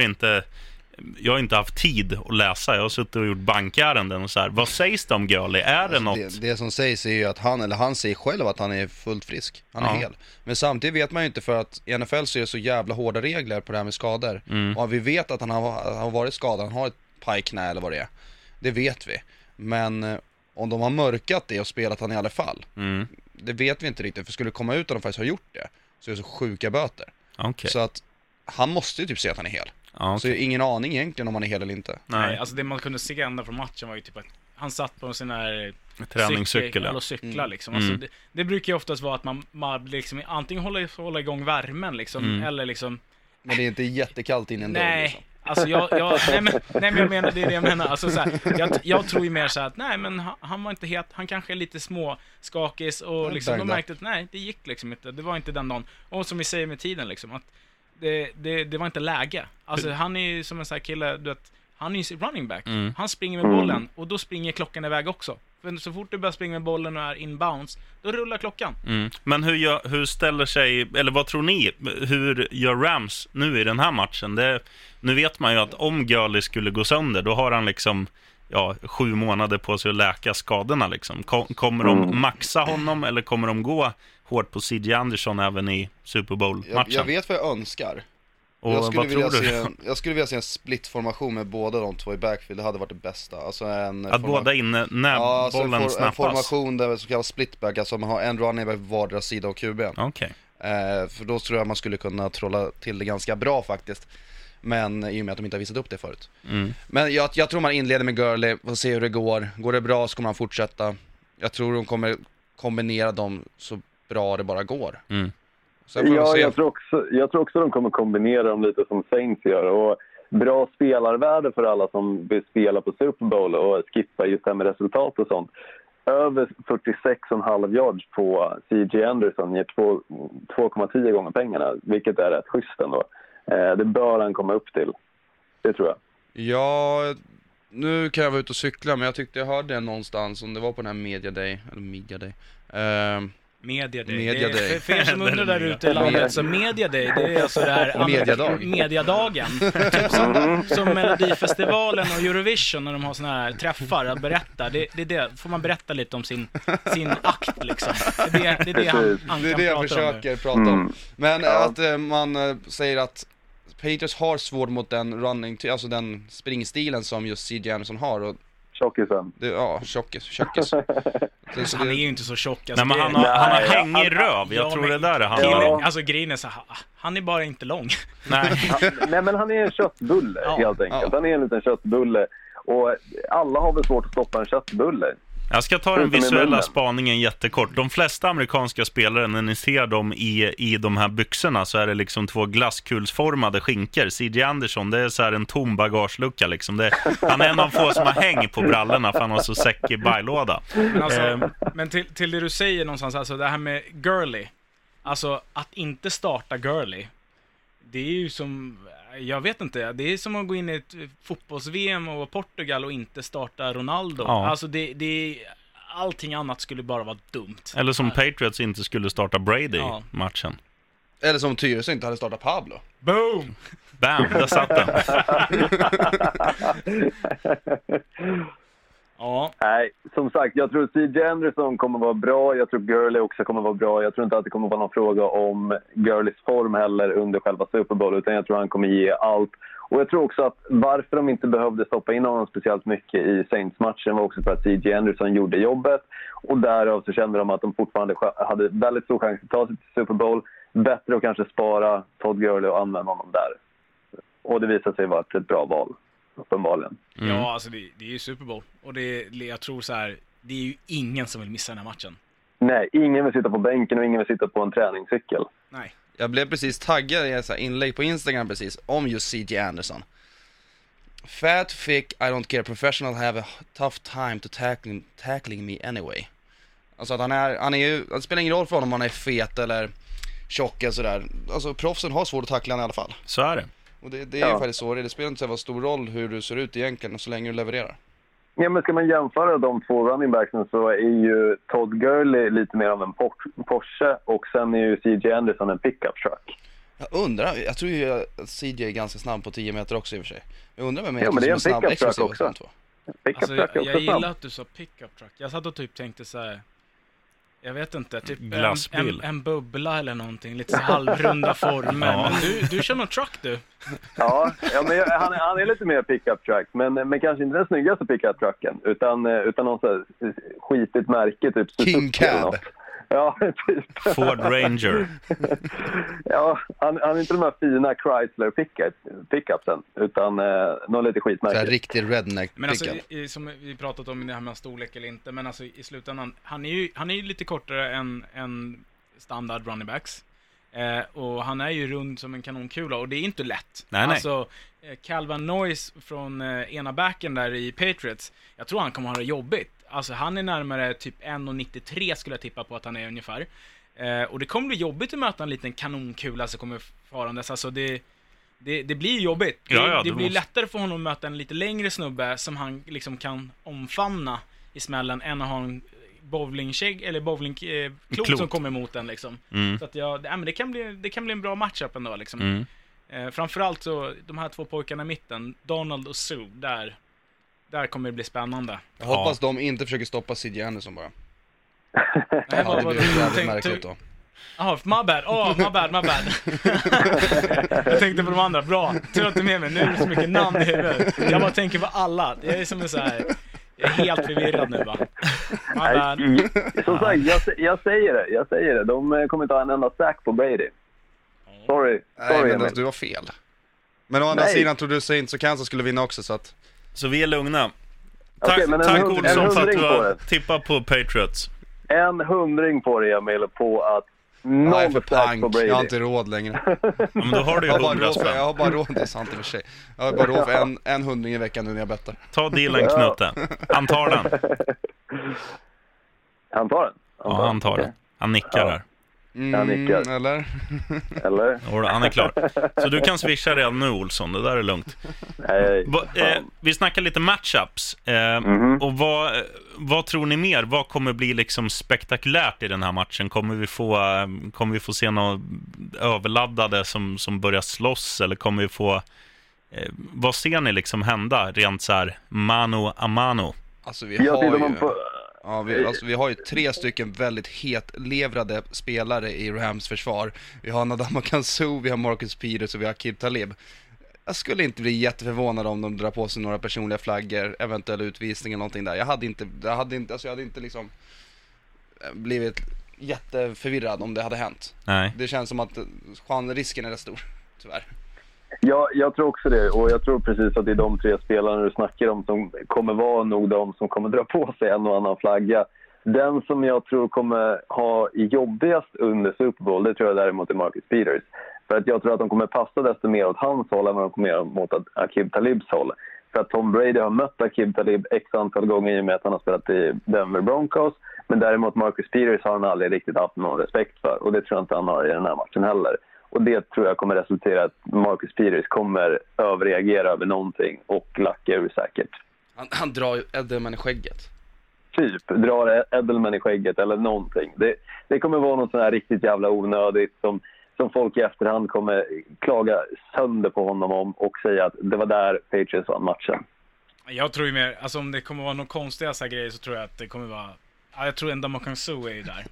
inte haft tid att läsa. Jag har suttit och gjort bankärenden och så här. Vad sägs det om Gurley? Är det något? Det som sägs är ju att han säger själv att han är fullt frisk. Han är hel. Men samtidigt vet man ju inte, för att i NFL så är det så jävla hårda regler på det här med skador. Och vi vet att han har varit skadad. Han har ett pajknä eller vad det är. Det vet vi. Men om de har mörkat det och spelat han i alla fall, det vet vi inte riktigt. För skulle det komma ut att de faktiskt har gjort det, så är det så sjuka böter. Så att han måste ju typ säga att han är hel. Så ingen aning egentligen om han är hel eller inte. Nej, alltså det man kunde se ända från matchen var ju typ att han satt på en sån här träningscykel och cykla liksom. Alltså det brukar ju oftast vara att man liksom antingen hålla igång värmen liksom, eller liksom. Men det är inte jättekallt in ändå. Nej. Liksom. Alltså nej men jag menar, det är det jag menar. Alltså så här, jag tror ju mer så här att nej, men han var inte helt, han kanske är lite små skakis och liksom de märkte att nej, det gick liksom inte. Det var inte den dagen. Och som vi säger med tiden liksom, att det var inte läge. Alltså han är ju som en sån här kille, du vet, han är ju running back. Han springer med bollen och då springer klockan iväg också. För så fort du börjar springa med bollen och är inbounds, då rullar klockan. Men hur ställer sig, eller vad tror ni, hur gör Rams nu i den här matchen? Nu vet man ju att om Gurley skulle gå sönder, då har han liksom 7 månader på sig att läka skadorna liksom. Kommer de maxa honom, eller kommer de gå hårt på CJ Anderson även i Super Bowl-matchen? Jag vet vad jag önskar. Och vad tror du? Jag skulle vilja se en split-formation med båda de två i backfield. Det hade varit det bästa. Alltså båda inne när bollen snappas? En formation där så kallas splitback, alltså man har en running back på vardera sida av QB:n. Okej. För då tror jag man skulle kunna trolla till det ganska bra faktiskt. Men i och med att de inte har visat upp det förut. Men jag tror man inleder med Gurley och ser hur det går. Går det bra så kommer han fortsätta. Jag tror de kommer kombinera dem så bra det bara går. Jag tror också de kommer kombinera dem lite som Saints gör. Och bra spelarvärde för alla som vill spela på Super Bowl och skippa just det här med resultat och sånt. Över 46,5 yards på CJ Anderson ger 2,10 gånger pengarna, vilket är rätt schysst ändå. Det bör han komma upp till. Det tror jag. Ja, nu kan jag vara ute och cykla, men jag tyckte jag hörde det någonstans, om det var på den här Media Day. Media Day. Media Day. För er som undrar där ute i landet, så Media Day, det är alltså det här mediadagen. Typ som Melodifestivalen och Eurovision när de har såna här träffar att berätta. Det får man berätta lite om sin akt liksom. Det är det han det är det jag försöker prata om. Men att man säger att Patriots har svårt mot den running, alltså den springstilen som just C.J. Anderson har. Och tjockisen. Ja, tjockis. Alltså, han är ju inte så tjock. Alltså, nej, men han har hängig röv. Jag tror det där handlar om. Alltså grejen är så han är bara inte lång. Nej, men han är en köttbulle helt enkelt. Han är en liten köttbulle. Och alla har väl svårt att stoppa en köttbulle. Jag ska ta den visuella spaningen jättekort. De flesta amerikanska spelare, när ni ser dem i de här byxorna, så är det liksom 2 glasskulsformade skinkor. C.J. Anderson, det är så här en tom bagagelucka liksom. Han är en av få som har häng på brallorna för han har så säckig bajlåda. Men till det du säger någonstans, alltså det här med Gurley. Alltså att inte starta Gurley, det är ju som... Jag vet inte, det är som att gå in i ett fotbolls-VM och Portugal och inte starta Ronaldo. Ja. Alltså allting annat skulle bara vara dumt. Eller som Patriots inte skulle starta Brady i matchen. Eller som Tyresö inte hade startat Pablo. Boom! Bam, där satt den. Ja. Nej, som sagt, jag tror C.J. Anderson kommer vara bra. Jag tror Gurley också kommer vara bra. Jag tror inte att det kommer vara någon fråga om Gurleys form heller under själva Super Bowl, utan jag tror han kommer ge allt. Och jag tror också att varför de inte behövde stoppa in honom speciellt mycket i Saints-matchen var också för att C.J. Anderson gjorde jobbet. Och därav så kände de att de fortfarande hade väldigt stor chans att ta sig till Super Bowl. Bättre att kanske spara Todd Gurley och använda honom där. Och det visade sig vara ett bra val. Uppenbarligen. Ja, alltså det är ju Super Bowl. Och jag tror så här, det är ju ingen som vill missa den här matchen. Nej, ingen vill sitta på bänken och ingen vill sitta på en träningscykel. Nej. Jag blev precis taggad i ett inlägg på Instagram precis om just C.J. Anderson. Fat, thick, I don't care, professional have a tough time to tackling me anyway. Alltså att han är ju, det spelar ingen roll för honom om han är fet eller tjock eller sådär. Alltså proffsen har svårt att tackla han i alla fall. Så är det. Och det är ju faktiskt så. Det spelar inte så stor roll hur du ser ut egentligen så länge du levererar. Ja, men ska man jämföra de 2 running backsen så är ju Todd Gurley lite mer av en Porsche och sen är ju C.J. Anderson en pickup truck. Jag tror ju att CJ är ganska snabb på 10 meter också i och för sig. Jag undrar vem men det är en pickup truck också. Jag gillar att du sa pickup truck. Jag satt och typ tänkte så här, jag vet inte, typ en bubbla eller någonting, lite så halvrunda former. Ja. Men du kör någon truck du. Ja, men han är lite mer pickup truck, men kanske inte den snyggaste pickup trucken, utan någon så här skitigt märke typ King Cab. Ja, typ. Ford Ranger. Ja, han är inte de här fina Chrysler pickupsen, utan någon lite skitmärke. Så här riktig redneck pickup. Men alltså, som vi pratat om det här med storlek eller inte, men alltså i slutändan, han är ju lite kortare än standard running backs. Och han är ju rund som en kanonkula och det är inte lätt. Nej. Alltså, Calvin Noyes från ena backen där i Patriots, jag tror han kommer ha det jobbigt. Alltså han är närmare typ 1,93 skulle jag tippa på att han är ungefär. Och det kommer bli jobbigt att möta en liten kanonkula som kommer farandes. Alltså det blir jobbigt. Det blir lättare för honom att möta en lite längre snubbe som han liksom kan omfamna i smällen än att ha en bowlingkägg eller bowlingklot som kommer emot den liksom. Så att det kan bli en bra matchup ändå liksom. Framförallt så de här 2 pojkarna i mitten, Donald och Sue, där kommer det bli spännande. Jag hoppas de inte försöker stoppa C.J. Anderson bara. Nej, det blir jävligt märkligt då. Jaha, my bad. Jag tänkte på de andra, bra. Tur att du är med mig, nu är det så mycket namn i huvudet. Jag bara tänker på alla. Jag är som en så här, jag är helt förvirrad nu va. My bad. Som sagt, jag säger det. De kommer ta en enda sack på Brady. Sorry. Nej, men du var fel. Men å andra sidan trodde du inte så Kansas skulle vinna också, så att... Så vi är lugna. Tack Olsson för att du har tippat på Patriots. En 100 på det, Emil, på att någon stack på Brady. Jag har inte råd längre. Men då har du ju 100 spänn. Jag har bara råd, det är sant i och för sig. Jag har bara råd för en 100 i veckan nu när jag bettar. Ta dealen, Knutte. Han tar den. Han tar den? Ja, han tar den. Han nickar där. Han nickar. Eller? Eller? Han är klar. Så du kan swisha redan nu, Olsson. Det där är lugnt. Nej. Vi snackar lite matchups. Och vad tror ni mer? Vad kommer bli liksom spektakulärt i den här matchen? Kommer vi få se något överladdade som börjar slåss? Eller kommer vi få... vad ser ni liksom hända rent så här mano a mano? Alltså vi har ju 3 stycken väldigt hetlevrade spelare i Rams försvar. Vi har Ndamukong Suh, vi har Marcus Peters och vi har Aqib Talib. Jag skulle inte bli jätteförvånad om de drar på sig några personliga flaggor, eventuell utvisning eller någonting där. Jag hade inte liksom blivit jätteförvirrad om det hade hänt. Nej. Det känns som att risken är rätt stor, tyvärr. Ja, jag tror också det. Och jag tror precis att det är de 3 spelarna du snackar om som kommer vara nog de som kommer dra på sig en och annan flagga. Den som jag tror kommer ha jobbigast under Super Bowl, det tror jag däremot är Marcus Peters. För att jag tror att de kommer passa desto mer åt hans håll än vad de kommer göra mot Aqib Talibs håll. För att Tom Brady har mött Aqib Talib x antal gånger i och med att han har spelat i Denver Broncos. Men däremot Marcus Peters har han aldrig riktigt haft någon respekt för. Och det tror jag inte han har i den här matchen heller. Och det tror jag kommer resultera att Marcus Peters kommer överreagera över någonting och lacka ur säkert. Han drar Edelman i skägget. Typ, drar Edelman i skägget eller någonting. Det kommer vara något sån här riktigt jävla onödigt som folk i efterhand kommer klaga sönder på honom om och säga att det var där Patriots vann matchen. Jag tror ju mer, alltså om det kommer vara någon konstiga så här grejer så tror jag att det kommer vara... Ja, jag tror ändå Ndamukong Suh är ju där.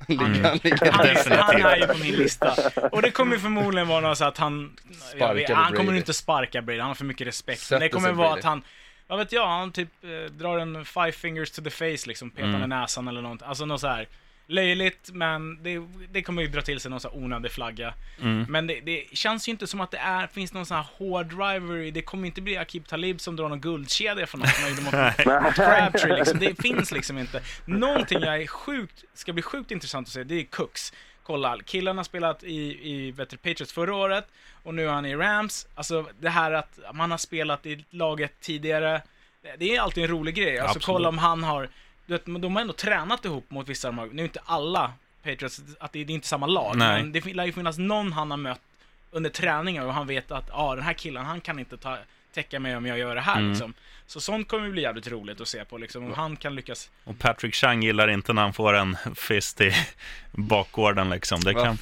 Han är ju på min lista. Och det kommer förmodligen vara något så att han kommer inte sparka Brady, han har för mycket respekt. Men det kommer vara att han, vad vet jag, han typ drar en 5 fingers to the face liksom, petar i näsan eller något. Alltså något så här löjligt, men det kommer ju dra till sig någon så här onödig flagga. Men det känns ju inte som att det finns någon sån här hård rivalry. Det kommer inte bli Aqib Talib som drar någon guldkedja från något som gjorde mot Crabtree liksom. Det finns liksom inte. Någonting ska bli sjukt intressant att se, det är Cooks. Kolla, killarna har spelat i Patriots förra året och nu är han i Rams. Alltså det här att man har spelat i laget tidigare, det är alltid en rolig grej. Alltså kolla om han har... De har ändå tränat ihop mot vissa av dem. Nu är inte alla Patriots, att det är inte samma lag. Nej. Men det lär ju finnas någon han har mött under träningar och han vet att den här killen, han kan inte täcka mig om jag gör det här liksom. Så sånt kommer bli jävligt roligt att se på liksom, om han kan lyckas. Och Patrick Chung gillar inte när han får en fist i bakgården liksom. Det kan...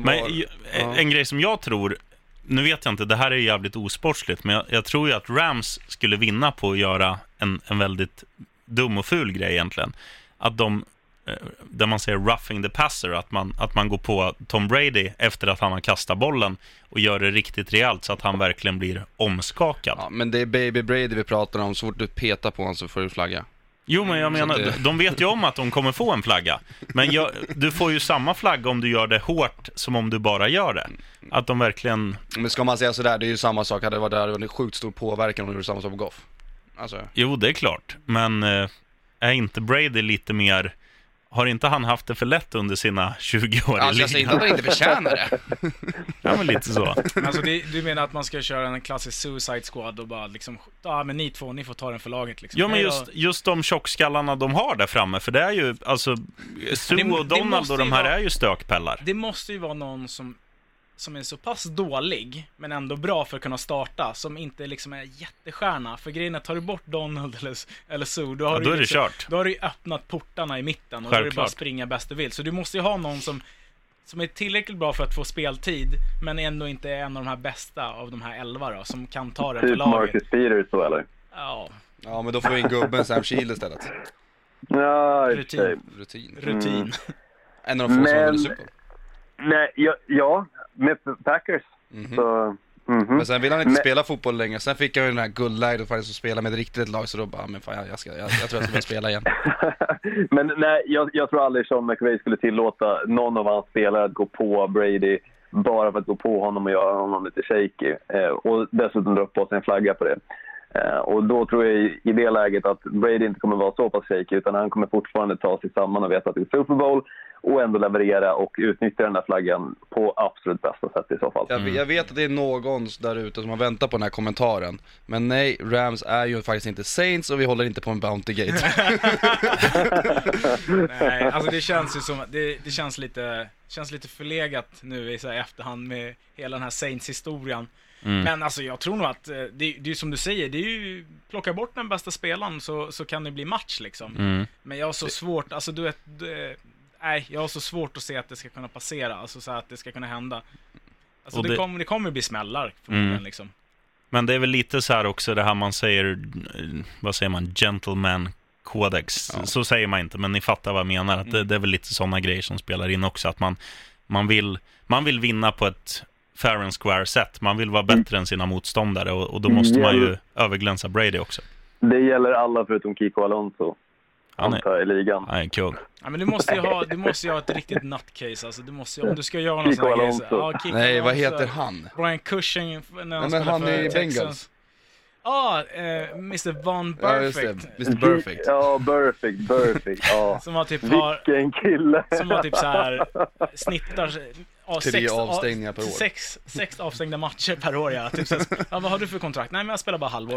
En grej som jag tror, nu vet jag inte, det här är jävligt osportsligt, men jag tror ju att Rams skulle vinna på att göra en väldigt dum och ful grej egentligen. Att där man säger roughing the passer, att man går på Tom Brady efter att han har kastat bollen och gör det riktigt rejält så att han verkligen blir omskakad. Ja, men det är Baby Brady vi pratar om, så fort du petar på honom så får du flagga. Jo, men jag menar, de vet ju om att de kommer få en flagga. Men du får ju samma flagga om du gör det hårt som om du bara gör det. Att de verkligen... Men ska man säga sådär, det är ju samma sak. Det var en sjukt stor påverkan om du gjorde samma sak på Goff. Alltså. Jo, det är klart. Men är inte Brady lite mer... Har inte han haft det för lätt under sina 20 år i livet? Alltså jag säger inte att han inte förtjänar det. Ja, men lite så. Alltså du menar att man ska köra en klassisk Suicide Squad och bara liksom, men ni två, ni får ta den för laget liksom. Ja, men just de tjockskallarna de har där framme, för det är ju, alltså, Suh och Donald och de här är ju stökpellar. Det måste ju vara någon som är så pass dålig men ändå bra för att kunna starta, som inte liksom är jättestjärna. För grejen är, tar du bort Donald eller Suh, då har då är det kört. Då har du öppnat portarna i mitten och då är det bara springa bäst du vill. Så du måste ju ha någon som är tillräckligt bra för att få speltid men ändå inte är en av de här bästa av de här 11 då, som kan ta den för laget. Marcus Peters så, eller? Ja, men då får vi en gubben Sam Shield istället. Ja, Rutin. En av de få som har vunnit Super Bowl. Nej, ja, med Packers. Så, men sen vill han inte spela fotboll längre. Sen fick jag ju den här guldläget och faktiskt spela med ett riktigt lag. Så då bara, men fan, jag tror jag ska börja spela igen. Men nej, jag tror aldrig Sean McVay skulle tillåta någon av hans spelare att gå på Brady bara för att gå på honom och göra honom lite shaky. Och dessutom dra på sig en flagga på det. Och då tror jag i det läget att Brady inte kommer vara så pass shaky, utan han kommer fortfarande ta sig samman och veta att det är Super Bowl. och ändå leverera och utnyttja den där flaggan på absolut bästa sätt i så fall. Jag vet att det är någon där ute som har väntat på den här kommentaren. Men nej, Rams är ju faktiskt inte Saints och vi håller inte på en Bounty Gate. Nej, alltså det känns ju som det känns lite förlegat nu i så här efterhand med hela den här Saints-historien. Men alltså jag tror nog att det är som du säger, det är ju plocka bort den bästa spelaren så kan det bli match liksom. Men jag har så svårt, alltså du vet, jag har så svårt att se att det ska kunna passera, alltså så att det ska kunna hända. Alltså det kommer bli smällar förmodligen liksom. Men det är väl lite så här också det här man säger, vad säger man, gentleman codex. Ja. Så säger man inte, men ni fattar vad jag menar. Att det är väl lite sådana grejer som spelar in också. Att man vill vinna på ett fair and square sätt. Man vill vara bättre än sina motståndare. Och då måste man ju överglänsa Brady också. Det gäller alla förutom Kiko Alonso. Han är i ligan. Han är kung. Ja, men du måste ju ha ett riktigt nutcase. Alltså, om du ska göra någon sån här grej. Nej, vad heter han? Brian Cushing när han spelar för Texans. Bengals. Mr. Von Perfect. Mr. Perfect. Ja, Perfect. Ja. Som har typ vilken kille. Som har typ så här snittar 3 avstängningar per år. 6 avstängda matcher per år, ja. Typ så här, vad har du för kontrakt? Nej, men jag spelar bara halvår.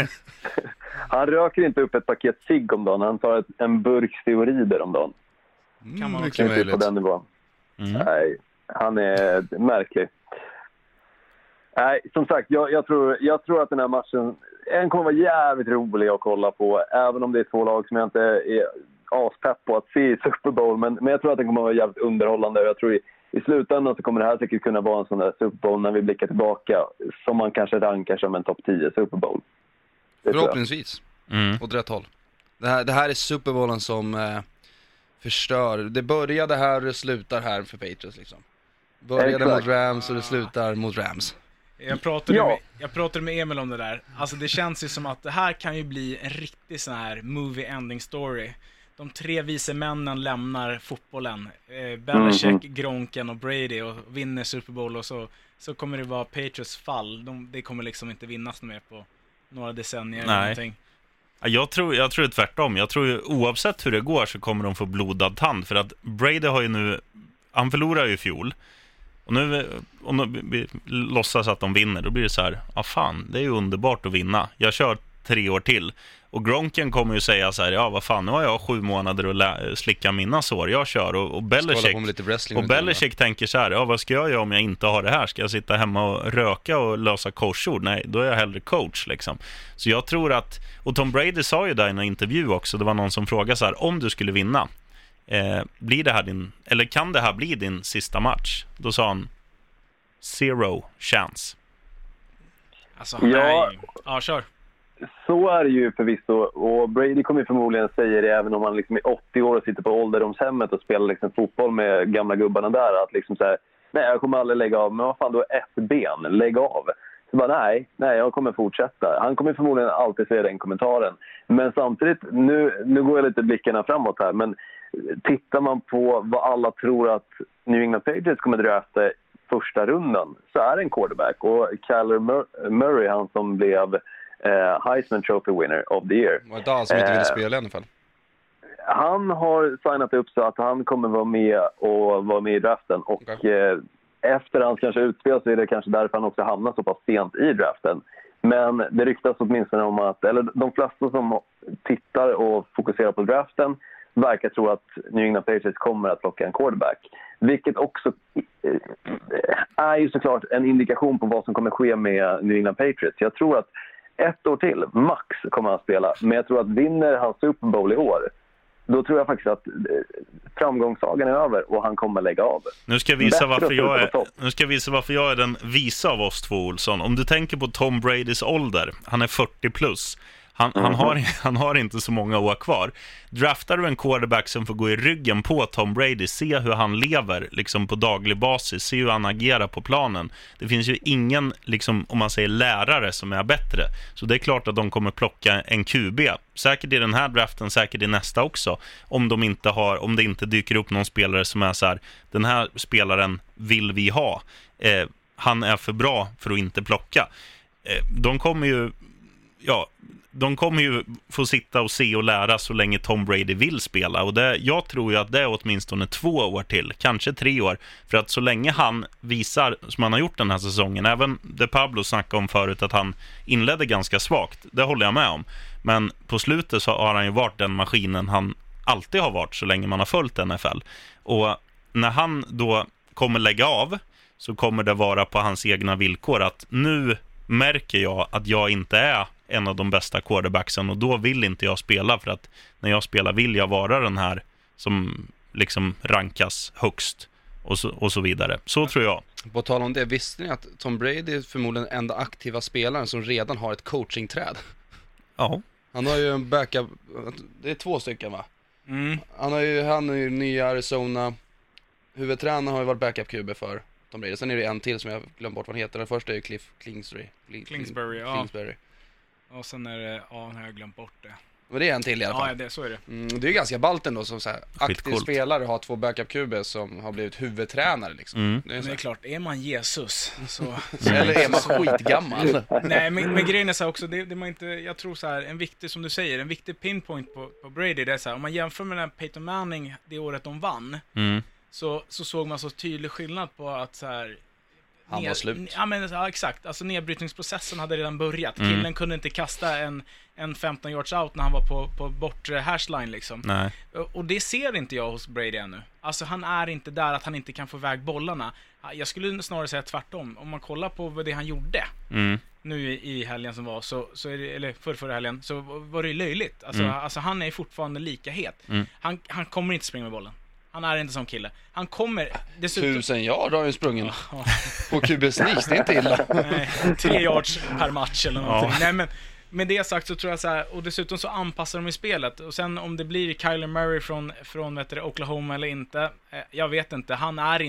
Han röker inte upp ett paket cigg om dagen. Han tar en burk steroider om dagen. Kan man också på den nivån. Nej, han är märklig. Nej, som sagt, jag tror att den här matchen kommer vara jävligt rolig att kolla på. Även om det är 2 lag som jag inte är aspepp på att se i Super Bowl. Men jag tror att den kommer vara jävligt underhållande. Jag tror i slutändan så kommer det här säkert kunna vara en sån där Super Bowl när vi blickar tillbaka. Som man kanske rankar som en topp 10 Super Bowl. Förhoppningsvis. Åt rätt håll. Det här är Super Bowlen som förstör. Det började här och det slutar här för Patriots liksom. Började mot Rams och det slutar mot Rams. Jag pratade med Emil om det där. Alltså det känns ju som att det här kan ju bli en riktig sån här movie ending story. De 3 vise männen lämnar fotbollen. Belichick, Gronken och Brady och vinner Super Bowl och så kommer det vara Patriots fall. Det kommer liksom inte vinnas mer på några decennier eller någonting. Jag tror tvärtom. Jag tror ju oavsett hur det går så kommer de få blodad tand. För att Brady har ju nu, han förlorar ju i fjol. Och nu, om vi låtsas att de vinner, då blir det så här, fan, det är ju underbart att vinna. Jag kör 3 år till. Och Gronken kommer ju säga så här, vad fan, nu har jag 7 månader att slicka mina sår. Jag kör och Belichick tänker så här, vad ska jag göra om jag inte har det här? Ska jag sitta hemma och röka och lösa korsord? Nej, då är jag hellre coach liksom. Så jag tror att, och Tom Brady sa ju där i en intervju också, det var någon som frågade så här, om du skulle vinna, blir det här kan det här bli din sista match? Då sa han 0 chance. Alltså nej. Ja, kör. Så är det ju förvisso, och Brady kommer förmodligen säga det även om han liksom är 80 år och sitter på ålderdomshemmet och spelar liksom fotboll med gamla gubbarna där, att liksom så här, nej, jag kommer aldrig lägga av, men vad fan, då är ett ben, lägg av. Så bara, nej, jag kommer fortsätta. Han kommer förmodligen alltid säga den kommentaren. Men samtidigt, nu går jag lite blickarna framåt här, men tittar man på vad alla tror att New England Patriots kommer drafta första rundan, så är det en quarterback. Och Kyler Murray, han som blev Heisman Trophy winner of the year. Var det som inte ville spela i alla fall? Han har signat upp så att han kommer vara med i draften. Och efter hans kanske utspel så är det kanske därför han också hamnar så pass sent i draften. Men det ryktas åtminstone om att, eller de flesta som tittar och fokuserar på draften verkar tro att New England Patriots kommer att plocka en quarterback. Vilket också är ju såklart en indikation på vad som kommer ske med New England Patriots. Jag tror att 1 år till, max, kommer han spela. Men jag tror att vinner han Super Bowl i år, då tror jag faktiskt att framgångssagan är över och han kommer lägga av. Nu ska jag visa varför jag är den visa av oss 2, Olsson. Om du tänker på Tom Bradys ålder, han är 40 plus. Han har inte så många år kvar. Draftar du en quarterback som får gå i ryggen på Tom Brady, se hur han lever liksom på daglig basis, se hur han agerar på planen. Det finns ju ingen, liksom, om man säger lärare, som är bättre. Så det är klart att de kommer plocka en QB. Säkert i den här draften, säkert i nästa också. Om det inte dyker upp någon spelare som är så här, den här spelaren vill vi ha. Han är för bra för att inte plocka. De kommer ju de kommer ju få sitta och se och lära så länge Tom Brady vill spela. Och jag tror ju att det är åtminstone 2 år till, kanske 3 år. För att så länge han visar, som han har gjort den här säsongen, även det Pablo snackade om förut, att han inledde ganska svagt, det håller jag med om. Men på slutet så har han ju varit den maskinen han alltid har varit så länge man har följt NFL. Och när han då kommer lägga av, så kommer det vara på hans egna villkor, att nu märker jag att jag inte är en av de bästa quarterbacksen, och då vill inte jag spela, för att när jag spelar vill jag vara den här som liksom rankas högst och så vidare. Så tror jag. På tal om det, visste ni att Tom Brady är förmodligen den enda aktiva spelaren som redan har ett coachingträd? Ja. Han har ju en backup, det är 2 stycken va? Han är ju nya Arizona. Huvudtränaren har ju varit backup-QB för Tom Brady. Sen är det en till som jag glömt bort vad han heter. Den första är ju Cliff Kingsbury. Ja. Och sen är det, nu har jag glömt bort det. Men det är en till i alla fall. Ja, så är det. Det är ju ganska ballt ändå som så här aktiv Skitcoolt. spelare har 2 backup-QB som har blivit huvudtränare liksom. Det är, Men det är klart, är man Jesus så... eller är man skitgammal? Nej, men grejen är så här också, det man inte, jag tror så här, en viktig, som du säger, en viktig pinpoint på Brady, det är så här, om man jämför med den Peyton Manning det året de vann, så såg man så tydlig skillnad på att så här, han var slut. Ja, exakt. Alltså nedbrytningsprocessen hade redan börjat. Killen kunde inte kasta en 15 yards out när han var på bortre hashline liksom. Nej. Och det ser inte jag hos Brady ännu. Alltså han är inte där att han inte kan få iväg bollarna. Jag skulle snarare säga tvärtom. Om man kollar på vad det han gjorde nu i helgen som var, så är det, eller förra helgen, så var det löjligt. Alltså han är fortfarande lika het. Han kommer inte springa med bollen. Han är inte som kille. Han kommer dessutom... 1000 yard har ju sprungen på QB sneaks, det är inte illa. Nej, 3 yards per match eller någonting. Nej, men med det sagt så tror jag så här, och dessutom så anpassar de i spelet. Och sen om det blir Kyler Murray från Oklahoma eller inte, jag vet inte. Han är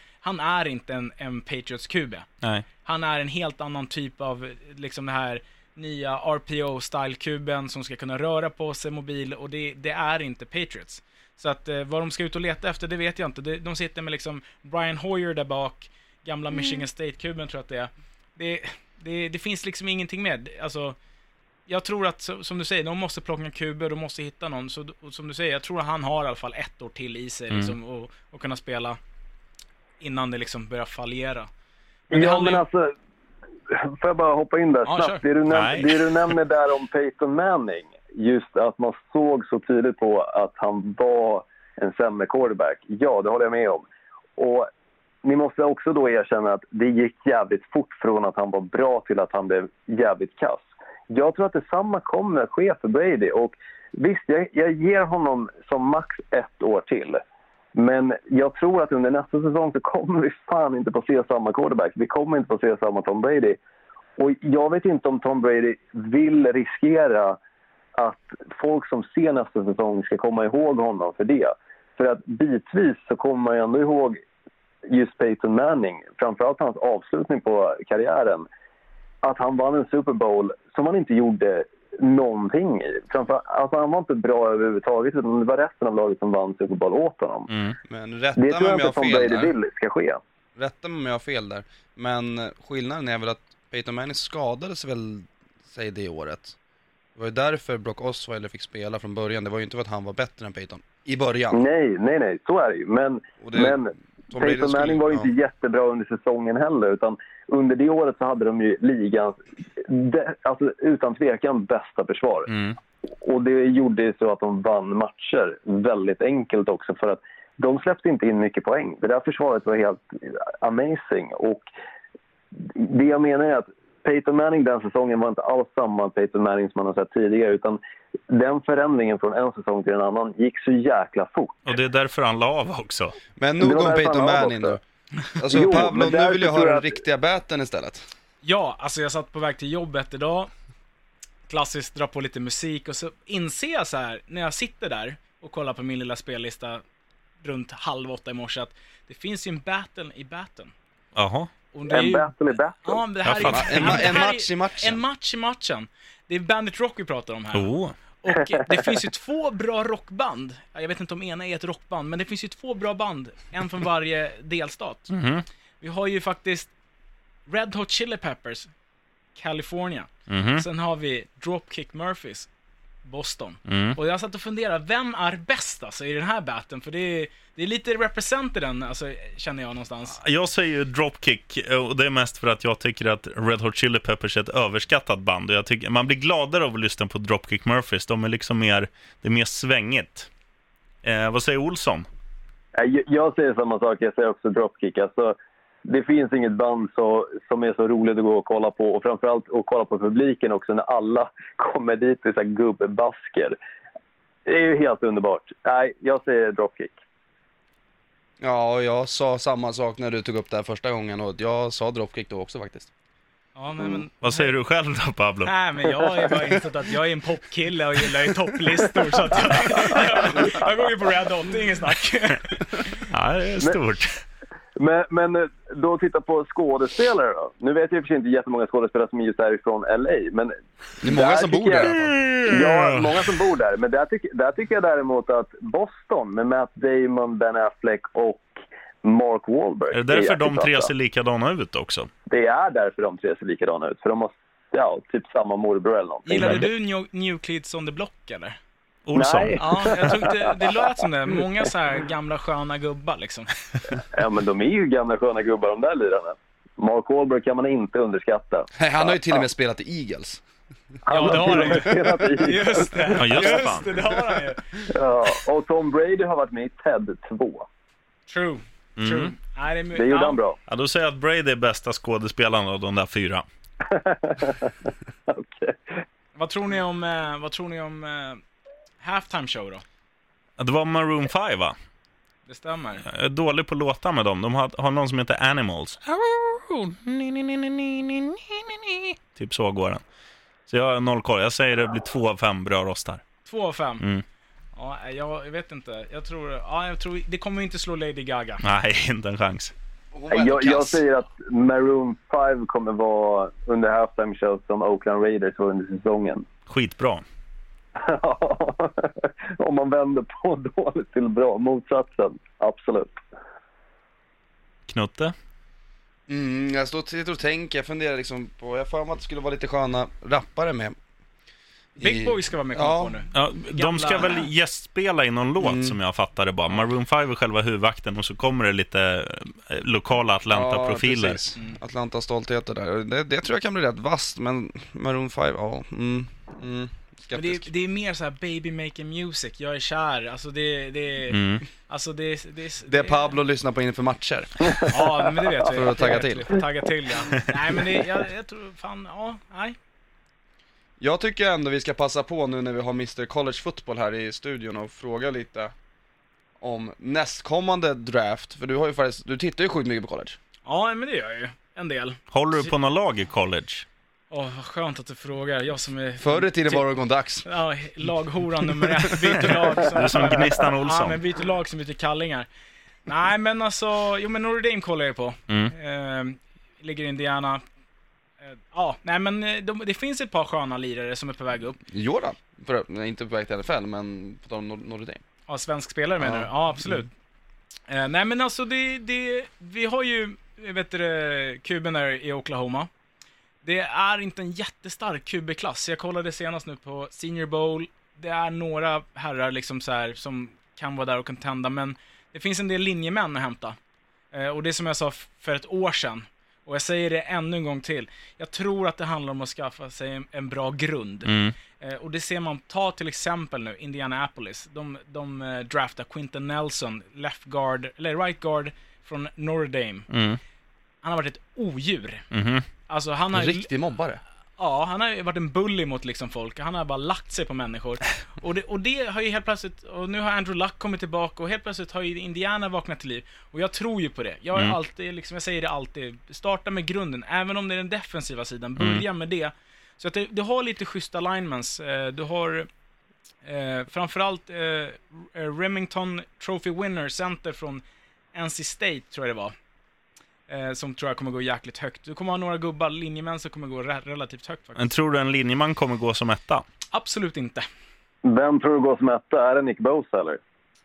inte en Patriots QB. Nej. Han är en helt annan typ av liksom det här nya RPO-style-kuben som ska kunna röra på sig mobil, och det är inte Patriots. Så att vad de ska ut och leta efter, det vet jag inte. De sitter med liksom Brian Hoyer där bak, gamla Michigan State-kuben tror jag att det är. Det finns liksom ingenting med. Alltså, jag tror att, som du säger, de måste plocka en QB och de måste hitta någon. Så som du säger, jag tror att han har i alla fall 1 år till i sig liksom, och kunna spela innan det liksom börjar fallera. Men alltså, får jag bara hoppa in där snabbt? Kör. Det du nämner där om Peyton Manning, just att man såg så tydligt på att han var en sämre quarterback. Ja, det håller jag med om. Och ni måste också då erkänna att det gick jävligt fort från att han var bra till att han blev jävligt kass. Jag tror att detsamma kommer att ske för Brady. Och visst, jag ger honom som max 1 år till. Men jag tror att under nästa säsong så kommer vi fan inte få se samma quarterback. Vi kommer inte få se samma Tom Brady. Och jag vet inte om Tom Brady vill riskera att folk som ser nästa säsong ska komma ihåg honom för det. För att bitvis så kommer man ju ändå ihåg just Peyton Manning, framförallt hans avslutning på karriären, att han vann en Super Bowl som han inte gjorde någonting i. Alltså han var inte bra överhuvudtaget, utan det var resten av laget som vann Super Bowl åt honom. Men rätta det tror jag inte Tom Brady vill ska ske. Rätta mig om jag har fel där. Men skillnaden är väl att Peyton Manning skadades väl sig det året. Det var ju därför Brock Osweiler fick spela från början. Det var ju inte för att han var bättre än Peyton i början. Nej, så är det ju. Men Peyton Manning var ju inte jättebra under säsongen heller, utan under det året så hade de ju ligans, alltså utan tvekan, bästa försvar. Och det gjorde ju så att de vann matcher väldigt enkelt också, för att de släppte inte in mycket poäng. Det där försvaret var helt amazing. Och det jag menar är att Peyton Manning den säsongen var inte alls samma Peyton Manning som man har sett tidigare, utan den förändringen från en säsong till en annan gick så jäkla fort. Och det är därför han la av också. Men nog om Peyton Manning nu. Alltså Jo, Pablo, men nu vill jag tror höra jag den riktiga batten istället. Ja, alltså jag satt på väg till jobbet idag. Klassiskt, dra på lite musik, och så inser jag så här när jag sitter där och kollar på min lilla spellista runt 7:30 i morse, att det finns ju en battle i batten. Jaha. En battle i battle? Ja, det här En match i matchen. En match i matchen. Det är Bandit Rock vi pratar om här. Oh. Och det finns ju 2 bra rockband. Jag vet inte om ena är ett rockband, men det finns ju 2 bra band. En från varje delstat. Vi har ju faktiskt Red Hot Chili Peppers, California. Sen har vi Dropkick Murphys, Boston. Och jag satt och funderade, vem är bäst alltså, i den här batten? För det är lite represented den, alltså, känner jag någonstans. Jag säger ju Dropkick, och det är mest för att jag tycker att Red Hot Chili Peppers är ett överskattat band. Och jag tycker, man blir gladare av att lyssna på Dropkick Murphys. De är liksom det är mer svängigt. Vad säger Olsson? Jag säger samma sak, jag säger också Dropkick. Alltså, det finns inget band som är så roligt att gå och kolla på. Och framförallt att kolla på publiken också när alla kommer dit i så här gubbebasker. Det är ju helt underbart. Nej, jag säger Dropkick. Ja, och jag sa samma sak när du tog upp det här första gången, och jag sa Dropkick då också faktiskt. Ja, men Vad säger du själv då, Pablo? Nej, men jag är bara insett att jag är en popkille och gillar ju topplistor, så att jag går ju på Red Hot, det är ingen snack. Ja, det är stort. Men då titta på skådespelare då. Nu vet jag för sig inte jättemånga skådespelare som är just härifrån LA, men Det är många som bor där i alla fall. Ja, många som bor där. Men där tycker jag däremot att Boston med Matt Damon, Ben Affleck och Mark Wahlberg. Är det därför de tre ser likadana ut också? Det är därför de tre ser likadana ut. För de har typ samma morbror eller någonting. Gillade du New Kids on the Block, eller? Olsson? Nej. Ja, jag tror det lät som det. Många så här gamla sköna gubbar liksom. Ja, men de är ju gamla sköna gubbar, de där lirarna. Mark Wahlberg kan man inte underskatta. Han har ju till och med spelat i Eagles. Ja, det har han ju. Just det. Ja, Just det har han ju. Ja, och Tom Brady har varit med i Ted 2. True. Nej, Det gjorde han bra. Ja, då säger jag att Brady är bästa skådespelaren av de där 4. Okay. Vad tror ni om halftime show då? Ja, det var Maroon 5, va? Det stämmer. Jag är dålig på låtar med dem. De har någon som heter Animals. Typ så går den. Så jag har 0 koll. Jag säger det blir 2 av 5 bra röstar. 2 av 5. Ja, jag vet inte. Jag tror det kommer inte slå Lady Gaga. Nej, inte en chans. Jag säger att Maroon 5 kommer vara under halftime show som Oakland Raiders var under säsongen. Skitbra. Om man vänder på dåligt till bra, motsatsen, absolut. Knutte? Jag står och tänker, jag funderar liksom på, jag får att det skulle vara lite sköna rappare med. Big Boy ska vara med på nu. Ja, de ska väl gästspela i någon låt som jag fattar det bara. Maroon 5 är själva huvudvakten och så kommer det lite lokala Atlanta-profiler. Ja, Atlanta-stoltheter där. Det tror jag kan bli rätt vasst, men Maroon 5, Men det är mer så här baby making music. Jag är kär. Alltså det Pablo lyssnar på inför matcher. Ja, men det vet vi. För att tagga till. Tagga till, ja. Nej, men jag tror fan, nej. Jag tycker ändå vi ska passa på nu när vi har Mr. College Football här i studion och fråga lite om nästkommande draft. För du tittar ju sjukt mycket på college. Ja, men det gör jag ju. En del. Håller du på någon lag i college? Vad skönt att du frågar. Jag som är... Förr i tiden var det dags. Ja, laghoran nummer 1. Byter lag. Du är som Gnistan Olsson. Ja, men byter lag som byter kallingar. Nej, men alltså... Jo, men Notre Dame kollar jag på. Ligger i Indiana. Nej, men det finns ett par sköna lirare som är på väg upp. Jordan. Inte på väg till NFL, men på tal om Notre Dame. Ja, svensk spelare menar du? Ja, absolut. Nej, men alltså vi har ju, kuben där i Oklahoma. Det är inte en jättestark QB-klass. Jag kollade senast nu på Senior Bowl. Det är några herrar liksom så här som kan vara där och contenda, men det finns en del linjemän att hämta. Och det som jag sa för ett år sedan, och jag säger det ännu en gång till. Jag tror att det handlar om att skaffa sig en bra grund. Och det ser man, ta till exempel nu Indianapolis. De draftar Quinton Nelson, right guard från Notre Dame. Han har varit ett odjur. Alltså, han har riktig mobbare. Ja, han har varit en bully mot liksom folk. Han har bara lagt sig på människor. Och det har ju helt plötsligt... Och nu har Andrew Luck kommit tillbaka. Och helt plötsligt har ju Indiana vaknat till liv. Och jag tror ju på det. Jag är alltid, liksom, jag säger det alltid. Starta med grunden. Även om det är den defensiva sidan. Börja med det. Så att du har lite schyssta alignments. Du har framförallt Remington Trophy Winner Center från NC State, tror jag det var. Som tror jag kommer gå jäkligt högt. Du kommer ha några gubbar, linjemän som kommer gå relativt högt faktiskt. Men tror du en linjeman kommer gå som etta? Absolut inte. Vem tror du går som etta? Är det Nick Bosa eller?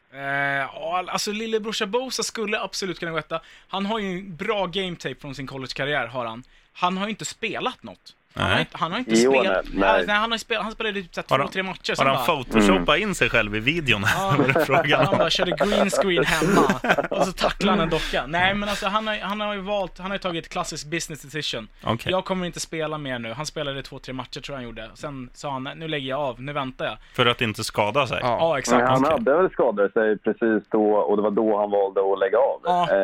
Alltså lillebrorsa Bosa skulle absolut kunna gå etta. Han har ju en bra game tape från sin college-karriär, har han. Han har ju inte spelat något. Han har inte spelat. Nej, han spelade typ 2-3 matcher. Har han photoshopat in sig själv i videon? Han bara körde green screen hemma och så tacklade han en docka. Nej, men alltså han har ju tagit ett klassiskt business decision. Okay. Jag kommer inte spela mer nu. Han spelade 2-3 matcher tror jag han gjorde. Sen sa han, nu lägger jag av, nu väntar jag. För att inte skada sig? Ja, exakt. Men han hade väl skadat sig precis då, och det var då han valde att lägga av.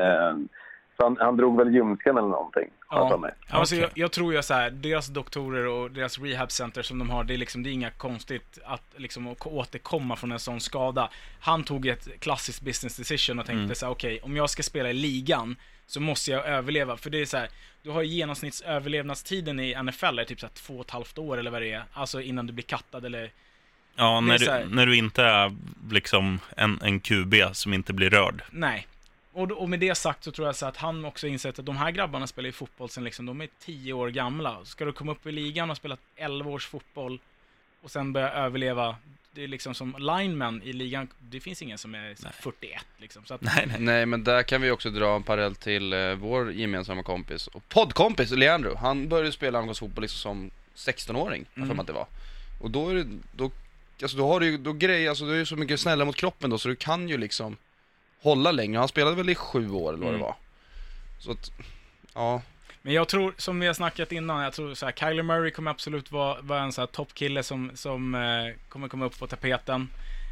Så han drog väl ljumsken eller någonting. Alltså, jag tror ju så här, deras doktorer och deras rehabcenter som de har, det är inga konstigt att liksom återkomma från en sån skada. Han tog ett klassiskt business decision och tänkte så här, okej, om jag ska spela i ligan så måste jag överleva. För det är så här, du har genomsnittsöverlevnadstiden i NFL är typ så här 2,5 år eller vad det är. Alltså innan du blir kattad eller... Ja, när du inte är liksom en QB som inte blir rörd. Nej. Och med det sagt så tror jag så att han också insett att de här grabbarna spelar i fotboll sen liksom, de är 10 år gamla. Ska du komma upp i ligan och spela 11 års fotboll och sen börja överleva, det är liksom som lineman i ligan, det finns ingen som är 41 liksom. Så att... Nej, men där kan vi också dra en parallell till vår gemensamma kompis och poddkompis Leandro. Han började spela angolsfotboll liksom som 16-åring, för att det var. Och då är det, du är ju så mycket snällare mot kroppen då, så du kan ju liksom hålla längre. Han spelade väl i 7 år eller vad det var. Så att, ja. Men jag tror, som vi har snackat innan, jag tror så här, Kyler Murray kommer absolut vara en så här toppkille som kommer komma upp på tapeten.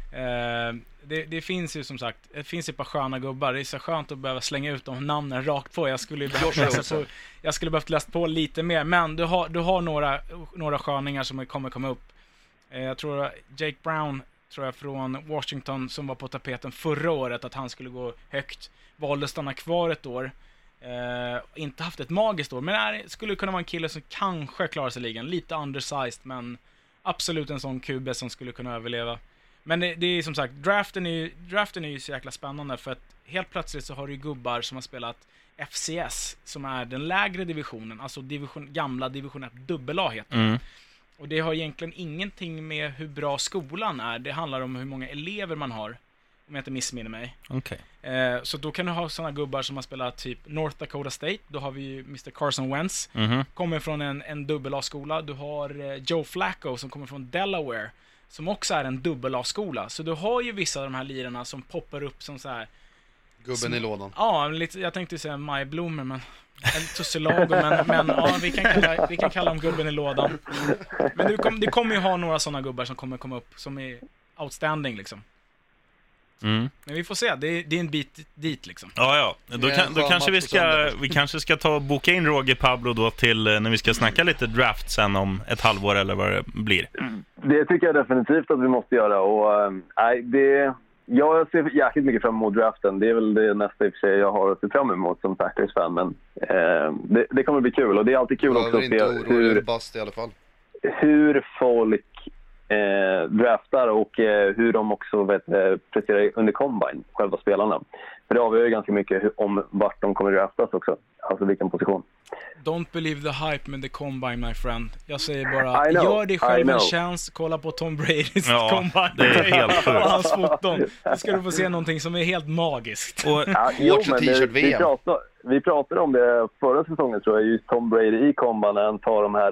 Det finns ju som sagt, det finns ju ett par sköna gubbar. Det är så skönt att behöva slänga ut de namnen rakt på. Jag skulle behövt läsa på lite mer, men du har några sköningar som kommer komma upp. Jag tror Jake Brown från Washington som var på tapeten förra året, att han skulle gå högt, valde att stanna kvar ett år, inte haft ett magiskt år, men skulle kunna vara en kille som kanske klarar sig i ligan, lite undersized, men absolut en sån QB som skulle kunna överleva. Men det är som sagt, draften är ju så jäkla spännande, för att helt plötsligt så har du gubbar som har spelat FCS, som är den lägre divisionen, alltså gamla division 1 AA heter. Och det har egentligen ingenting med hur bra skolan är. Det handlar om hur många elever man har, om jag inte missminner mig. Okay. Så då kan du ha sådana gubbar som har spelat typ North Dakota State. Då har vi ju Mr. Carson Wentz. Kommer från en AA-skola. Du har Joe Flacco som kommer från Delaware, som också är en AA-skola. Så du har ju vissa av de här lirarna som poppar upp som så här... Gubben i lådan. Ja, jag tänkte säga Maj Blommer, men... En tussilago, men ja, vi kan kalla dem gubben i lådan. Men det kommer ju ha några sådana gubbar som kommer komma upp som är outstanding liksom. Men vi får se, det är en bit dit liksom. Ja. Då kanske vi kanske ska ta och boka in Roger Pablo då till när vi ska snacka lite draft sen om ett halvår eller vad det blir. Det tycker jag definitivt att vi måste göra, och jag ser jäkligt mycket fram emot draften. Det är väl det nästa i och för sig jag har att se fram emot som Packers-fan. Men det kommer bli kul. Och det är alltid kul också att se hur folk draftar och hur de också presterar under combine, själva spelarna. För det avgör ju ganska mycket om vart de kommer draftas också. Alltså vilken position. Don't believe the hype med the combine, my friend. Jag säger bara, gör dig själv en chans, kolla på Tom Bradys combine. Det är helt sjukt. Och hans foton. Då ska du få se någonting som är helt magiskt. Vi pratade om det förra säsongen, tror jag, just Tom Brady i combine när han tar de här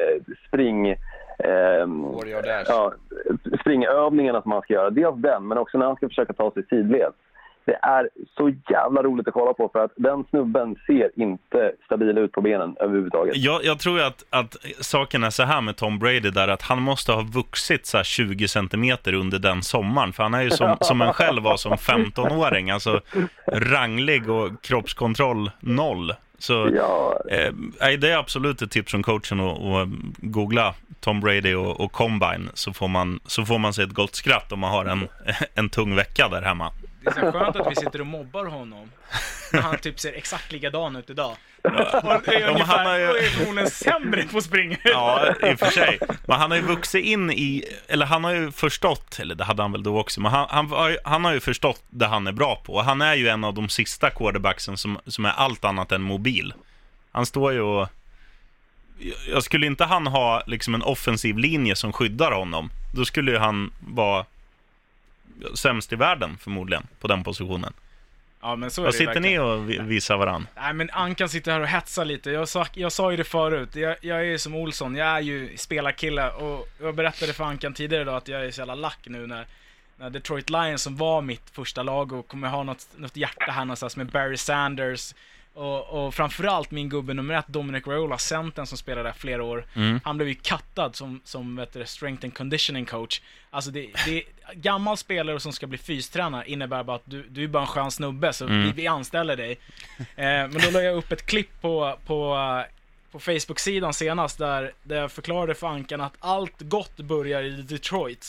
springövningarna som man ska göra. Dels den, men också när han ska försöka ta sig sidled. Det är så jävla roligt att kolla på, för att den snubben ser inte stabil ut på benen överhuvudtaget. Jag tror att saken är så här med Tom Brady där, att han måste ha vuxit så här 20 centimeter under den sommaren, för han är ju som en själv var som 15-åring, alltså ranglig och kroppskontroll 0. Så det är absolut ett tips från coachen att googla Tom Brady och combine, så får man sig ett gott skratt om man har en tung vecka där hemma. Det är så skönt att vi sitter och mobbar honom när han typ ser exakt likadan ut idag. Och han är förmodligen sämre på spring. Ja, i och för sig. Men han har ju vuxit in i, eller han har ju förstått, eller det hade han väl då också, men han har ju förstått det han är bra på. Han är ju en av de sista quarterbacksen som är allt annat än mobil. Han står ju och... Jag skulle inte han ha liksom en offensiv linje som skyddar honom, då skulle ju han vara sämst i världen förmodligen på den positionen. Ja, men så är Vad det sitter verkligen. ni och visar varann? Nej, men Ankan sitter här och hetsar lite. Jag sa ju det förut. Jag är ju som Olsson. Jag är ju spelarkille. Och jag berättade för Ankan tidigare idag att jag är så jävla lack nu när Detroit Lions, som var mitt första lag, och kommer ha något hjärta här någonstans med Barry Sanders. Och framförallt min gubbe nummer 1, Dominic Raiola, centern som spelade där flera år. Han blev ju kattad som strength and conditioning coach. Alltså det är gammal spelare som ska bli fystränare innebär bara att du är bara en skön snubbe, så vi anställer dig. Men då la jag upp ett klipp på Facebook-sidan senast där jag förklarade för Ankan att allt gott börjar i Detroit.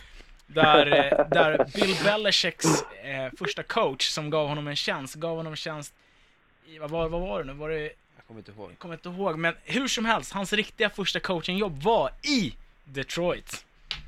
Där Bill Belichicks första coach som gav honom en tjänst vad var det nu? Jag kommer inte ihåg, men hur som helst, hans riktiga första coachingjobb var i Detroit.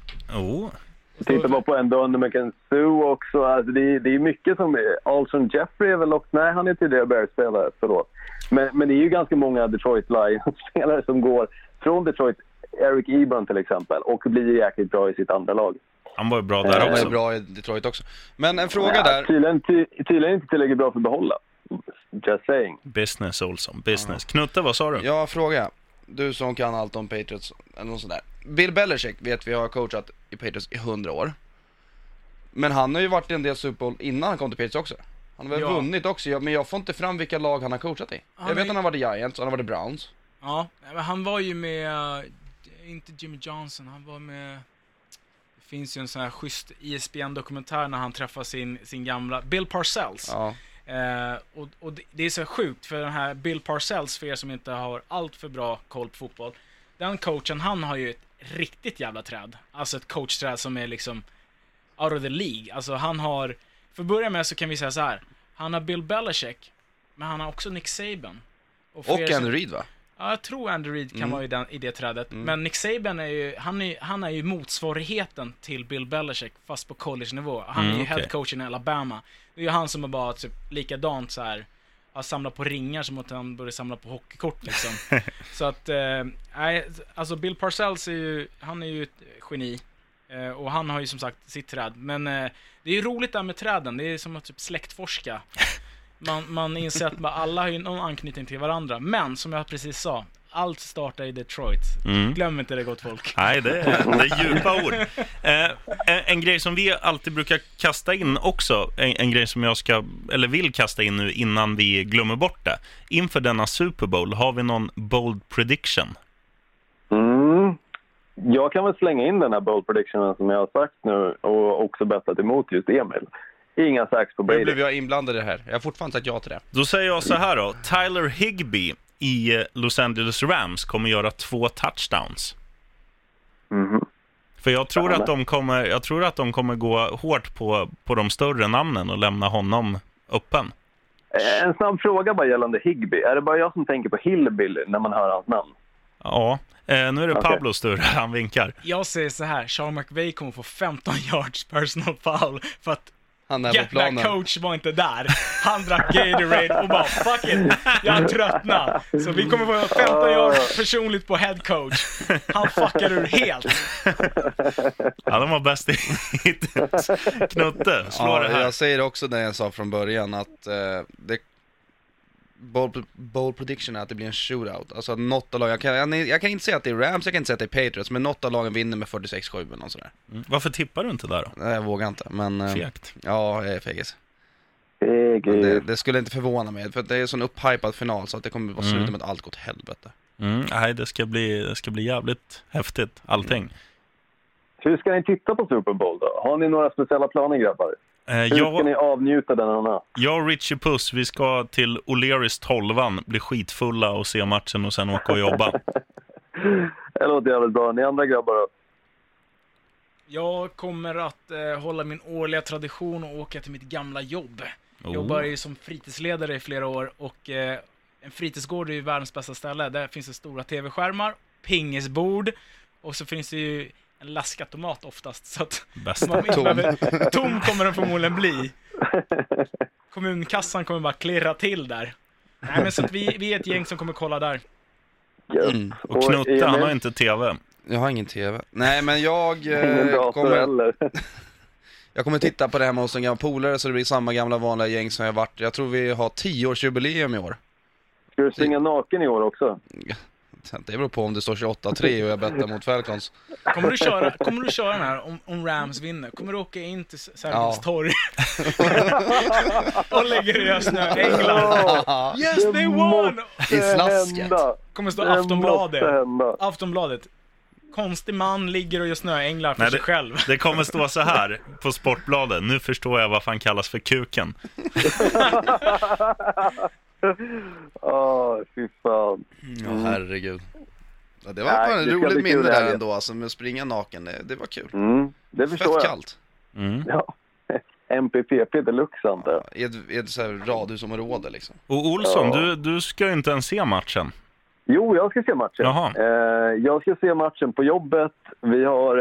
Tittar man på en Donovan Sue också, alltså det är mycket som Alshon Jeffrey är väl också, nej han är tidigare Bears-spelare, förlåt. Men det är ju ganska många Detroit Lions-spelare som går från Detroit, Eric Ebron till exempel, och blir jäkligt bra i sitt andra lag. Han var ju bra där också. Han var bra i Detroit också. Men en fråga där. Tydligen inte tillräckligt bra för att behålla. Just saying. Business, Olsson. Business. Knutte, vad sa du? Ja, fråga. Du som kan allt om Patriots eller något sånt där. Bill Belichick vet vi har coachat i Patriots i 100 år. Men han har ju varit i en del Super Bowl innan han kom till Patriots också. Han har väl vunnit också, men jag får inte fram vilka lag han har coachat i. Jag vet att han har varit i Giants, han har varit i Browns. Ja, men han var ju med, inte Jimmy Johnson, han var med... Det finns ju en sån här schysst ESPN-dokumentär när han träffar sin gamla Bill Parcells. Ja. Och det är så sjukt, för den här Bill Parcells, för er som inte har allt för bra koll på fotboll, den coachen, han har ju ett riktigt jävla träd. Alltså ett coachträd som är liksom out of the league. Alltså han har, för att börja med så kan vi säga så här, han har Bill Belichick, men han har också Nick Saban. Och Andy Reid, va? Ja, jag tror Andy Reid kan vara i det trädet. Men Nick Saban är ju, han är ju motsvarigheten till Bill Belichick, fast på college-nivå. Han är ju headcoachen i Alabama. Det är ju han som är bara typ likadant så här, har samlat på ringar som att han börjar samla på hockeykort liksom. Så att, alltså Bill Parcells han är ju ett geni. Och han har ju som sagt sitt träd. Men det är ju roligt där med träden. Det är som att typ släktforska. Man inser att alla har ju någon anknytning till varandra. Men som jag precis sa, allt startar i Detroit. Glöm inte det, gott folk. Nej, det är djupa ord. En grej som vi alltid brukar kasta in också, en grej som jag vill kasta in nu innan vi glömmer bort det. Inför denna Super Bowl, har vi någon bold prediction? Jag kan väl slänga in den här bold predictionen som jag har sagt nu och också bettat emot just Emil. Inga sacks på Brady. Nu blev jag inblandad i det här. Jag har fortfarande sagt ja till det. Då säger jag så här då. Tyler Higbee i Los Angeles Rams kommer göra 2 touchdowns. För jag tror att de kommer gå hårt på de större namnen och lämna honom öppen. En snabb fråga bara gällande Higbee. Är det bara jag som tänker på Hillbilly när man hör hans namn? Ja, nu är det Pablo större, han vinkar. Jag säger så här, Sean McVay kommer få 15 yards personal foul för att Get That coach var inte där. Han drack Gatorade och bara fuck it, jag tröttnar. Så vi kommer få 15 år personligt på head coach. Han fuckar ur helt. Ja, de var bäst i Knutte, slå det här. Jag säger också det jag sa från början, att bold prediction är att det blir en shootout. Alltså något av lagen, jag kan inte säga att det är Rams, jag kan inte säga att det är Patriots, men något av lagen vinner med 46-7 eller något sådär. Varför tippar du inte där då? Nej, jag vågar inte, men fegt. Ja, jag är fegis. Det skulle inte förvåna mig, för det är en sån upphypad final så att det kommer att vara slutet med att allt går till helvete. Nej, det ska bli jävligt häftigt, allting. Hur ska ni titta på Super Bowl då? Har ni några speciella planer, grabbar? Hur ska ni avnjuta den här? Jag och Richie Puss, vi ska till O'Learys 12, bli skitfulla och se matchen och sen åka och jobba. Det låter jävligt bra. Ni andra grabbar då? Jag kommer att hålla min årliga tradition och åka till mitt gamla jobb. Jag jobbar ju som fritidsledare i flera år och en fritidsgård är ju världens bästa ställe. Där finns det stora tv-skärmar, pingisbord och så finns det ju en läskatomat oftast, så att tom kommer den förmodligen bli. Kommunkassan kommer bara klirra till där. Nej, men så att vi är ett gäng som kommer kolla där. Och Knutte, han har inte tv. Jag har ingen tv. Nej, men jag Jag kommer titta på det här med hos en gammal polare, så det blir samma gamla vanliga gäng som jag har varit. Jag tror vi har 10-årsjubileum i år. Ska du springa naken i år också? Det beror på om det står 28-3 och jag bettar mot Falcons. Kommer du köra den här om Rams vinner? Kommer du åka in till Sergels torg och lägga dig i snö England? Yes, they won! I slasket. Kommer stå Aftonbladet. Konstig man ligger och gör snöänglar för sig själv. Det kommer stå så här på Sportbladet. Nu förstår jag vad fan kallas för kuken. Fy fan. Ja, herregud. Ja, det var ett roligt minne där ändå, alltså, med att springa naken. Det var kul. Det förstår jag. Fett kallt. Ja. MPPP deluxe, antar jag. I ett så här radhusområde liksom. Och Olsson, du ska ju inte ens se matchen. Jo, jag ska se matchen. Jaha. Jag ska se matchen på jobbet. Vi har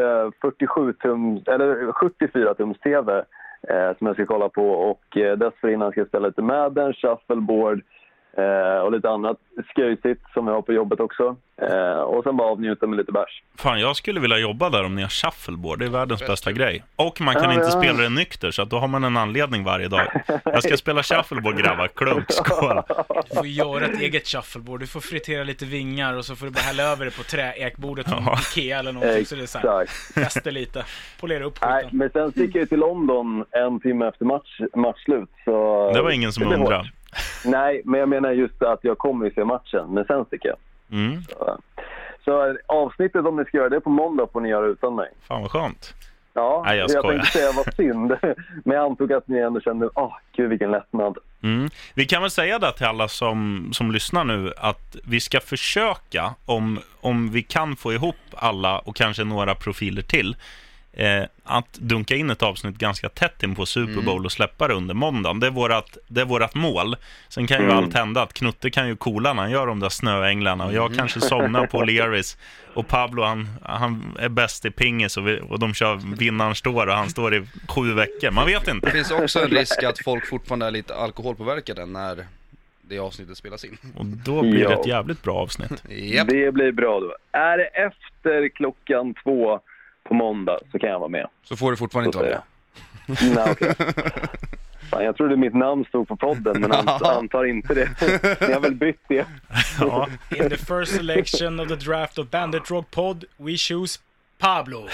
74-tums TV som jag ska kolla på. Och dessförinnan ska jag spela lite Madden, Shuffleboard och lite annat skojsigt som vi har på jobbet också. Och sen bara avnjuta med lite bärs. Fan, jag skulle vilja jobba där om ni har shuffleboard. Det är världens bästa grej. Och man kan inte spela det nykter, så att då har man en anledning varje dag. Jag ska spela shuffleboard, grabbar. Klunk, skål. Du får göra ett eget shuffleboard. Du får fritera lite vingar och så får du bara hälla över det på träekbordet från Ikea eller någonting. Så det är så här, fäster lite, polera upp skiten. Nej, men sen sticker jag till London en timme efter matchslut. Så det var ingen som undrade. Nej, men jag menar just att jag kommer att se matchen, men sen sticker jag. Så avsnittet, om ni ska göra det på måndag, får ni göra utan mig. Fan vad skönt. Ja, nej, jag tänkte säga vad synd. Men jag antog att ni ändå kände, gud vilken lättnad. Vi kan väl säga det till alla som lyssnar nu, att vi ska försöka, om vi kan få ihop alla och kanske några profiler till, att dunka in ett avsnitt ganska tätt in på Super Bowl och släppa det under måndagen. Det är vårat mål. Sen kan ju allt hända, att Knutte kan ju coola när han gör de där snöänglarna, och jag kanske somnar på Learis, och Pablo han är bäst i pingis, och de kör vinnaren står, och han står i 7 veckor. Man vet inte. Det finns också en risk att folk fortfarande är lite alkoholpåverkade när det avsnittet spelas in. Och då blir det ett jävligt bra avsnitt. Yep. Det blir bra då. Är det efter 2:00 på måndag så kan jag vara med. Så får du fortfarande inte vara med. Nej, okej. Fan, jag trodde mitt namn stod på podden, men antar inte det. Ni har väl bytt det. Ja. In the first selection of the draft of Bandit Rock Pod, we choose Pablo.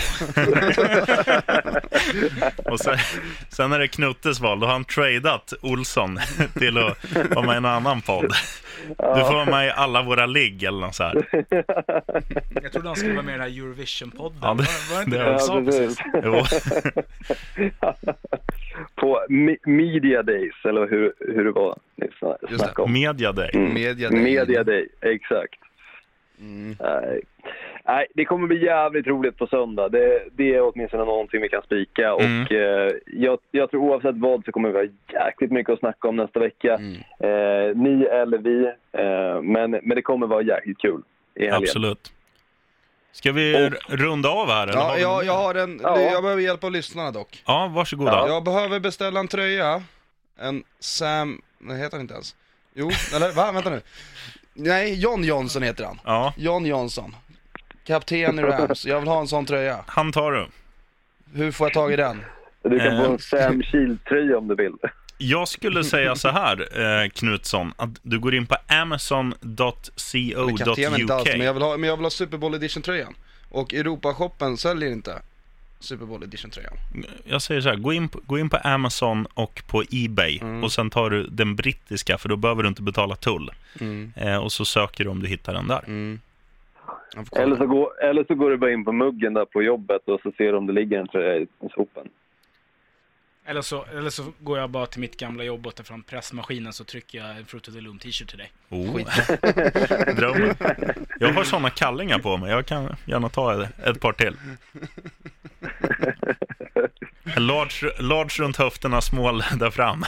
Och sen är det Knuttes val. Då har han tradat Olsson till att vara med i en annan podd. Du får vara med i alla våra ligg eller något så här. Jag trodde han skulle vara med i den här Eurovision-podden. Ja, var inte det han sa precis? Jo. På Media Days, eller hur det var. Just det, Media Day. Media Day, exakt. Nej, det kommer bli jävligt roligt på söndag. Det är åtminstone någonting vi kan spika. Och jag tror oavsett vad så kommer vi ha jäkligt mycket att snacka om nästa vecka. Ni eller vi. Men det kommer vara jäkligt kul i helgen. Absolut. Ska vi runda av här? Eller Ja, jag har jag behöver hjälp av lyssnarna dock. Ja, varsågoda. Jag behöver beställa en tröja. En Sam... Nej, heter han inte ens. Jo, eller va? Vänta nu. Nej, John Johnson heter han. Ja. John Johnson. Kapten i Rams. Jag vill ha en sån tröja. Han tar du. Hur får jag tag i den? Du kan få en Sam Shield-tröja om du vill. Jag skulle säga så här, Knutsson, att du går in på amazon.co.uk. Men jag vill ha Super Bowl Edition-tröjan. Och Europa-shoppen säljer inte Super Bowl Edition-tröjan. Jag säger så här, gå in på Amazon och på eBay. Och sen tar du den brittiska, för då behöver du inte betala tull. Och så söker du om du hittar den där. Eller så går du bara in på muggen där på jobbet och så ser du om det ligger en tröja i sopen. Eller så går jag bara till mitt gamla jobb och tar fram pressmaskinen, så trycker jag en Fruit of the Loom t-shirt till dig. Drömmen. Jag har såna kallingar på mig. Jag kan gärna ta ett par till. Large runt höfterna, small där fram.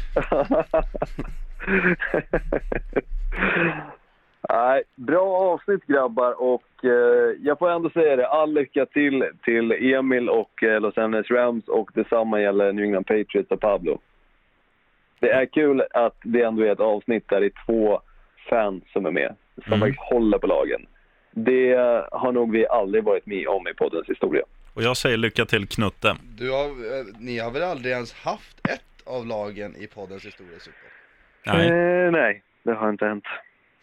Nej, bra avsnitt grabbar, och jag får ändå säga det, all lycka till Emil och Los Angeles Rams, och detsamma gäller New England Patriots och Pablo. Det är kul att det ändå är ett avsnitt där det är 2 fans som är med, som faktiskt håller på lagen. Det har nog vi aldrig varit med om i poddens historia. Och jag säger lycka till Knutte. Ni har väl aldrig ens haft ett av lagen i poddens historia, Super? Nej, det har inte hänt.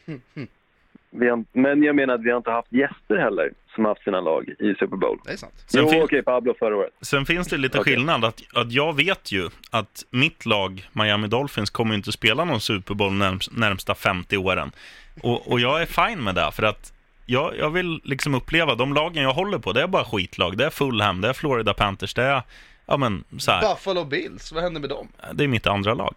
Men jag menar att vi har inte haft gäster heller som har haft sina lag i Super Bowl. Det är sant. Okej, Pablo förra året. Sen finns det lite skillnad att jag vet ju att mitt lag, Miami Dolphins, kommer inte spela någon Super Bowl närmsta 50 åren. Och jag är fine med det, för att jag vill liksom uppleva de lagen jag håller på. Det är bara skitlag. Det är Fulham, det är Florida Panthers, det är så här. Buffalo Bills, vad händer med dem? Det är mitt andra lag.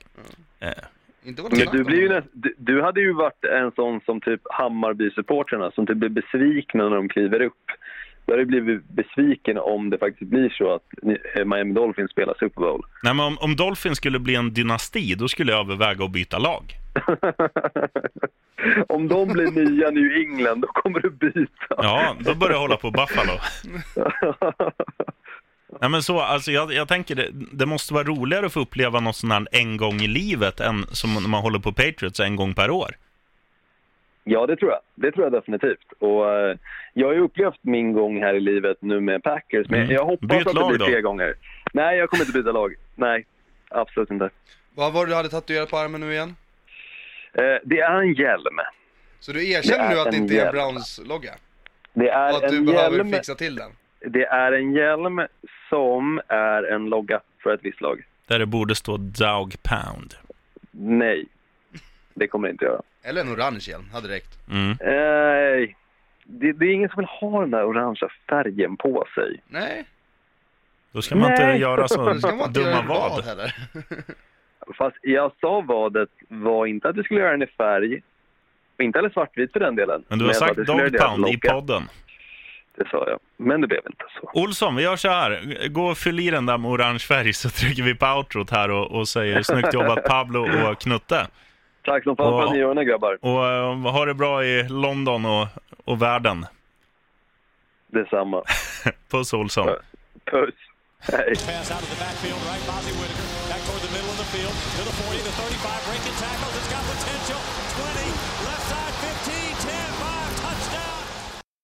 Du hade ju varit en sån som typ Hammarby-supporterna som typ blir besvikna när de kliver upp. Då hade du blivit besviken om det faktiskt blir så att Miami Dolphins spelar Super Bowl. Nej, men om Dolphins skulle bli en dynasti, då skulle jag överväga att byta lag. Om de blir nya New England, då kommer du byta. Ja, då börjar jag hålla på Buffalo. Nej, men så, alltså jag tänker det måste vara roligare att få uppleva något sånt här en gång i livet än som när man håller på Patriots en gång per år. Ja, det tror jag. Det tror jag definitivt. Och jag har ju upplevt min gång här i livet nu med Packers, men jag hoppas att det blir 3 gånger. Nej, jag kommer inte byta lag. Nej, absolut inte. Vad var det du hade tatuerat på armen nu igen? Det är en hjälm. Så du erkänner nu att det inte är en Browns-logga? Det är och att du behöver fixa till den? Det är en hjälm som är en logga för ett visst lag. Där det borde stå Dog Pound. Nej, det kommer det inte göra. Eller en orange hjälm, hade räckt. Det är ingen som vill ha den där orangea färgen på sig. Nej. Då ska man inte göra så dumma vad. Heller. Fast jag sa vadet var inte att du skulle göra den i färg. Inte eller svartvit för den delen. Men du har sagt Dog Pound i podden. Det sa jag, men det blev inte så. Olsson, vi gör så här. Gå och fyll i den där med orange färg, så trycker vi på outrot här och säger snyggt jobbat Pablo och Knutte. Tack som fan för att ni gör det, grabbar. Och ha det bra i London och världen. Detsamma. Puss, Olsson. Puss. Hej. Pass out of the backfield, right? Bobby Whitaker back toward the middle of the field to the 40, the 35, breaking tackles. It's got potential.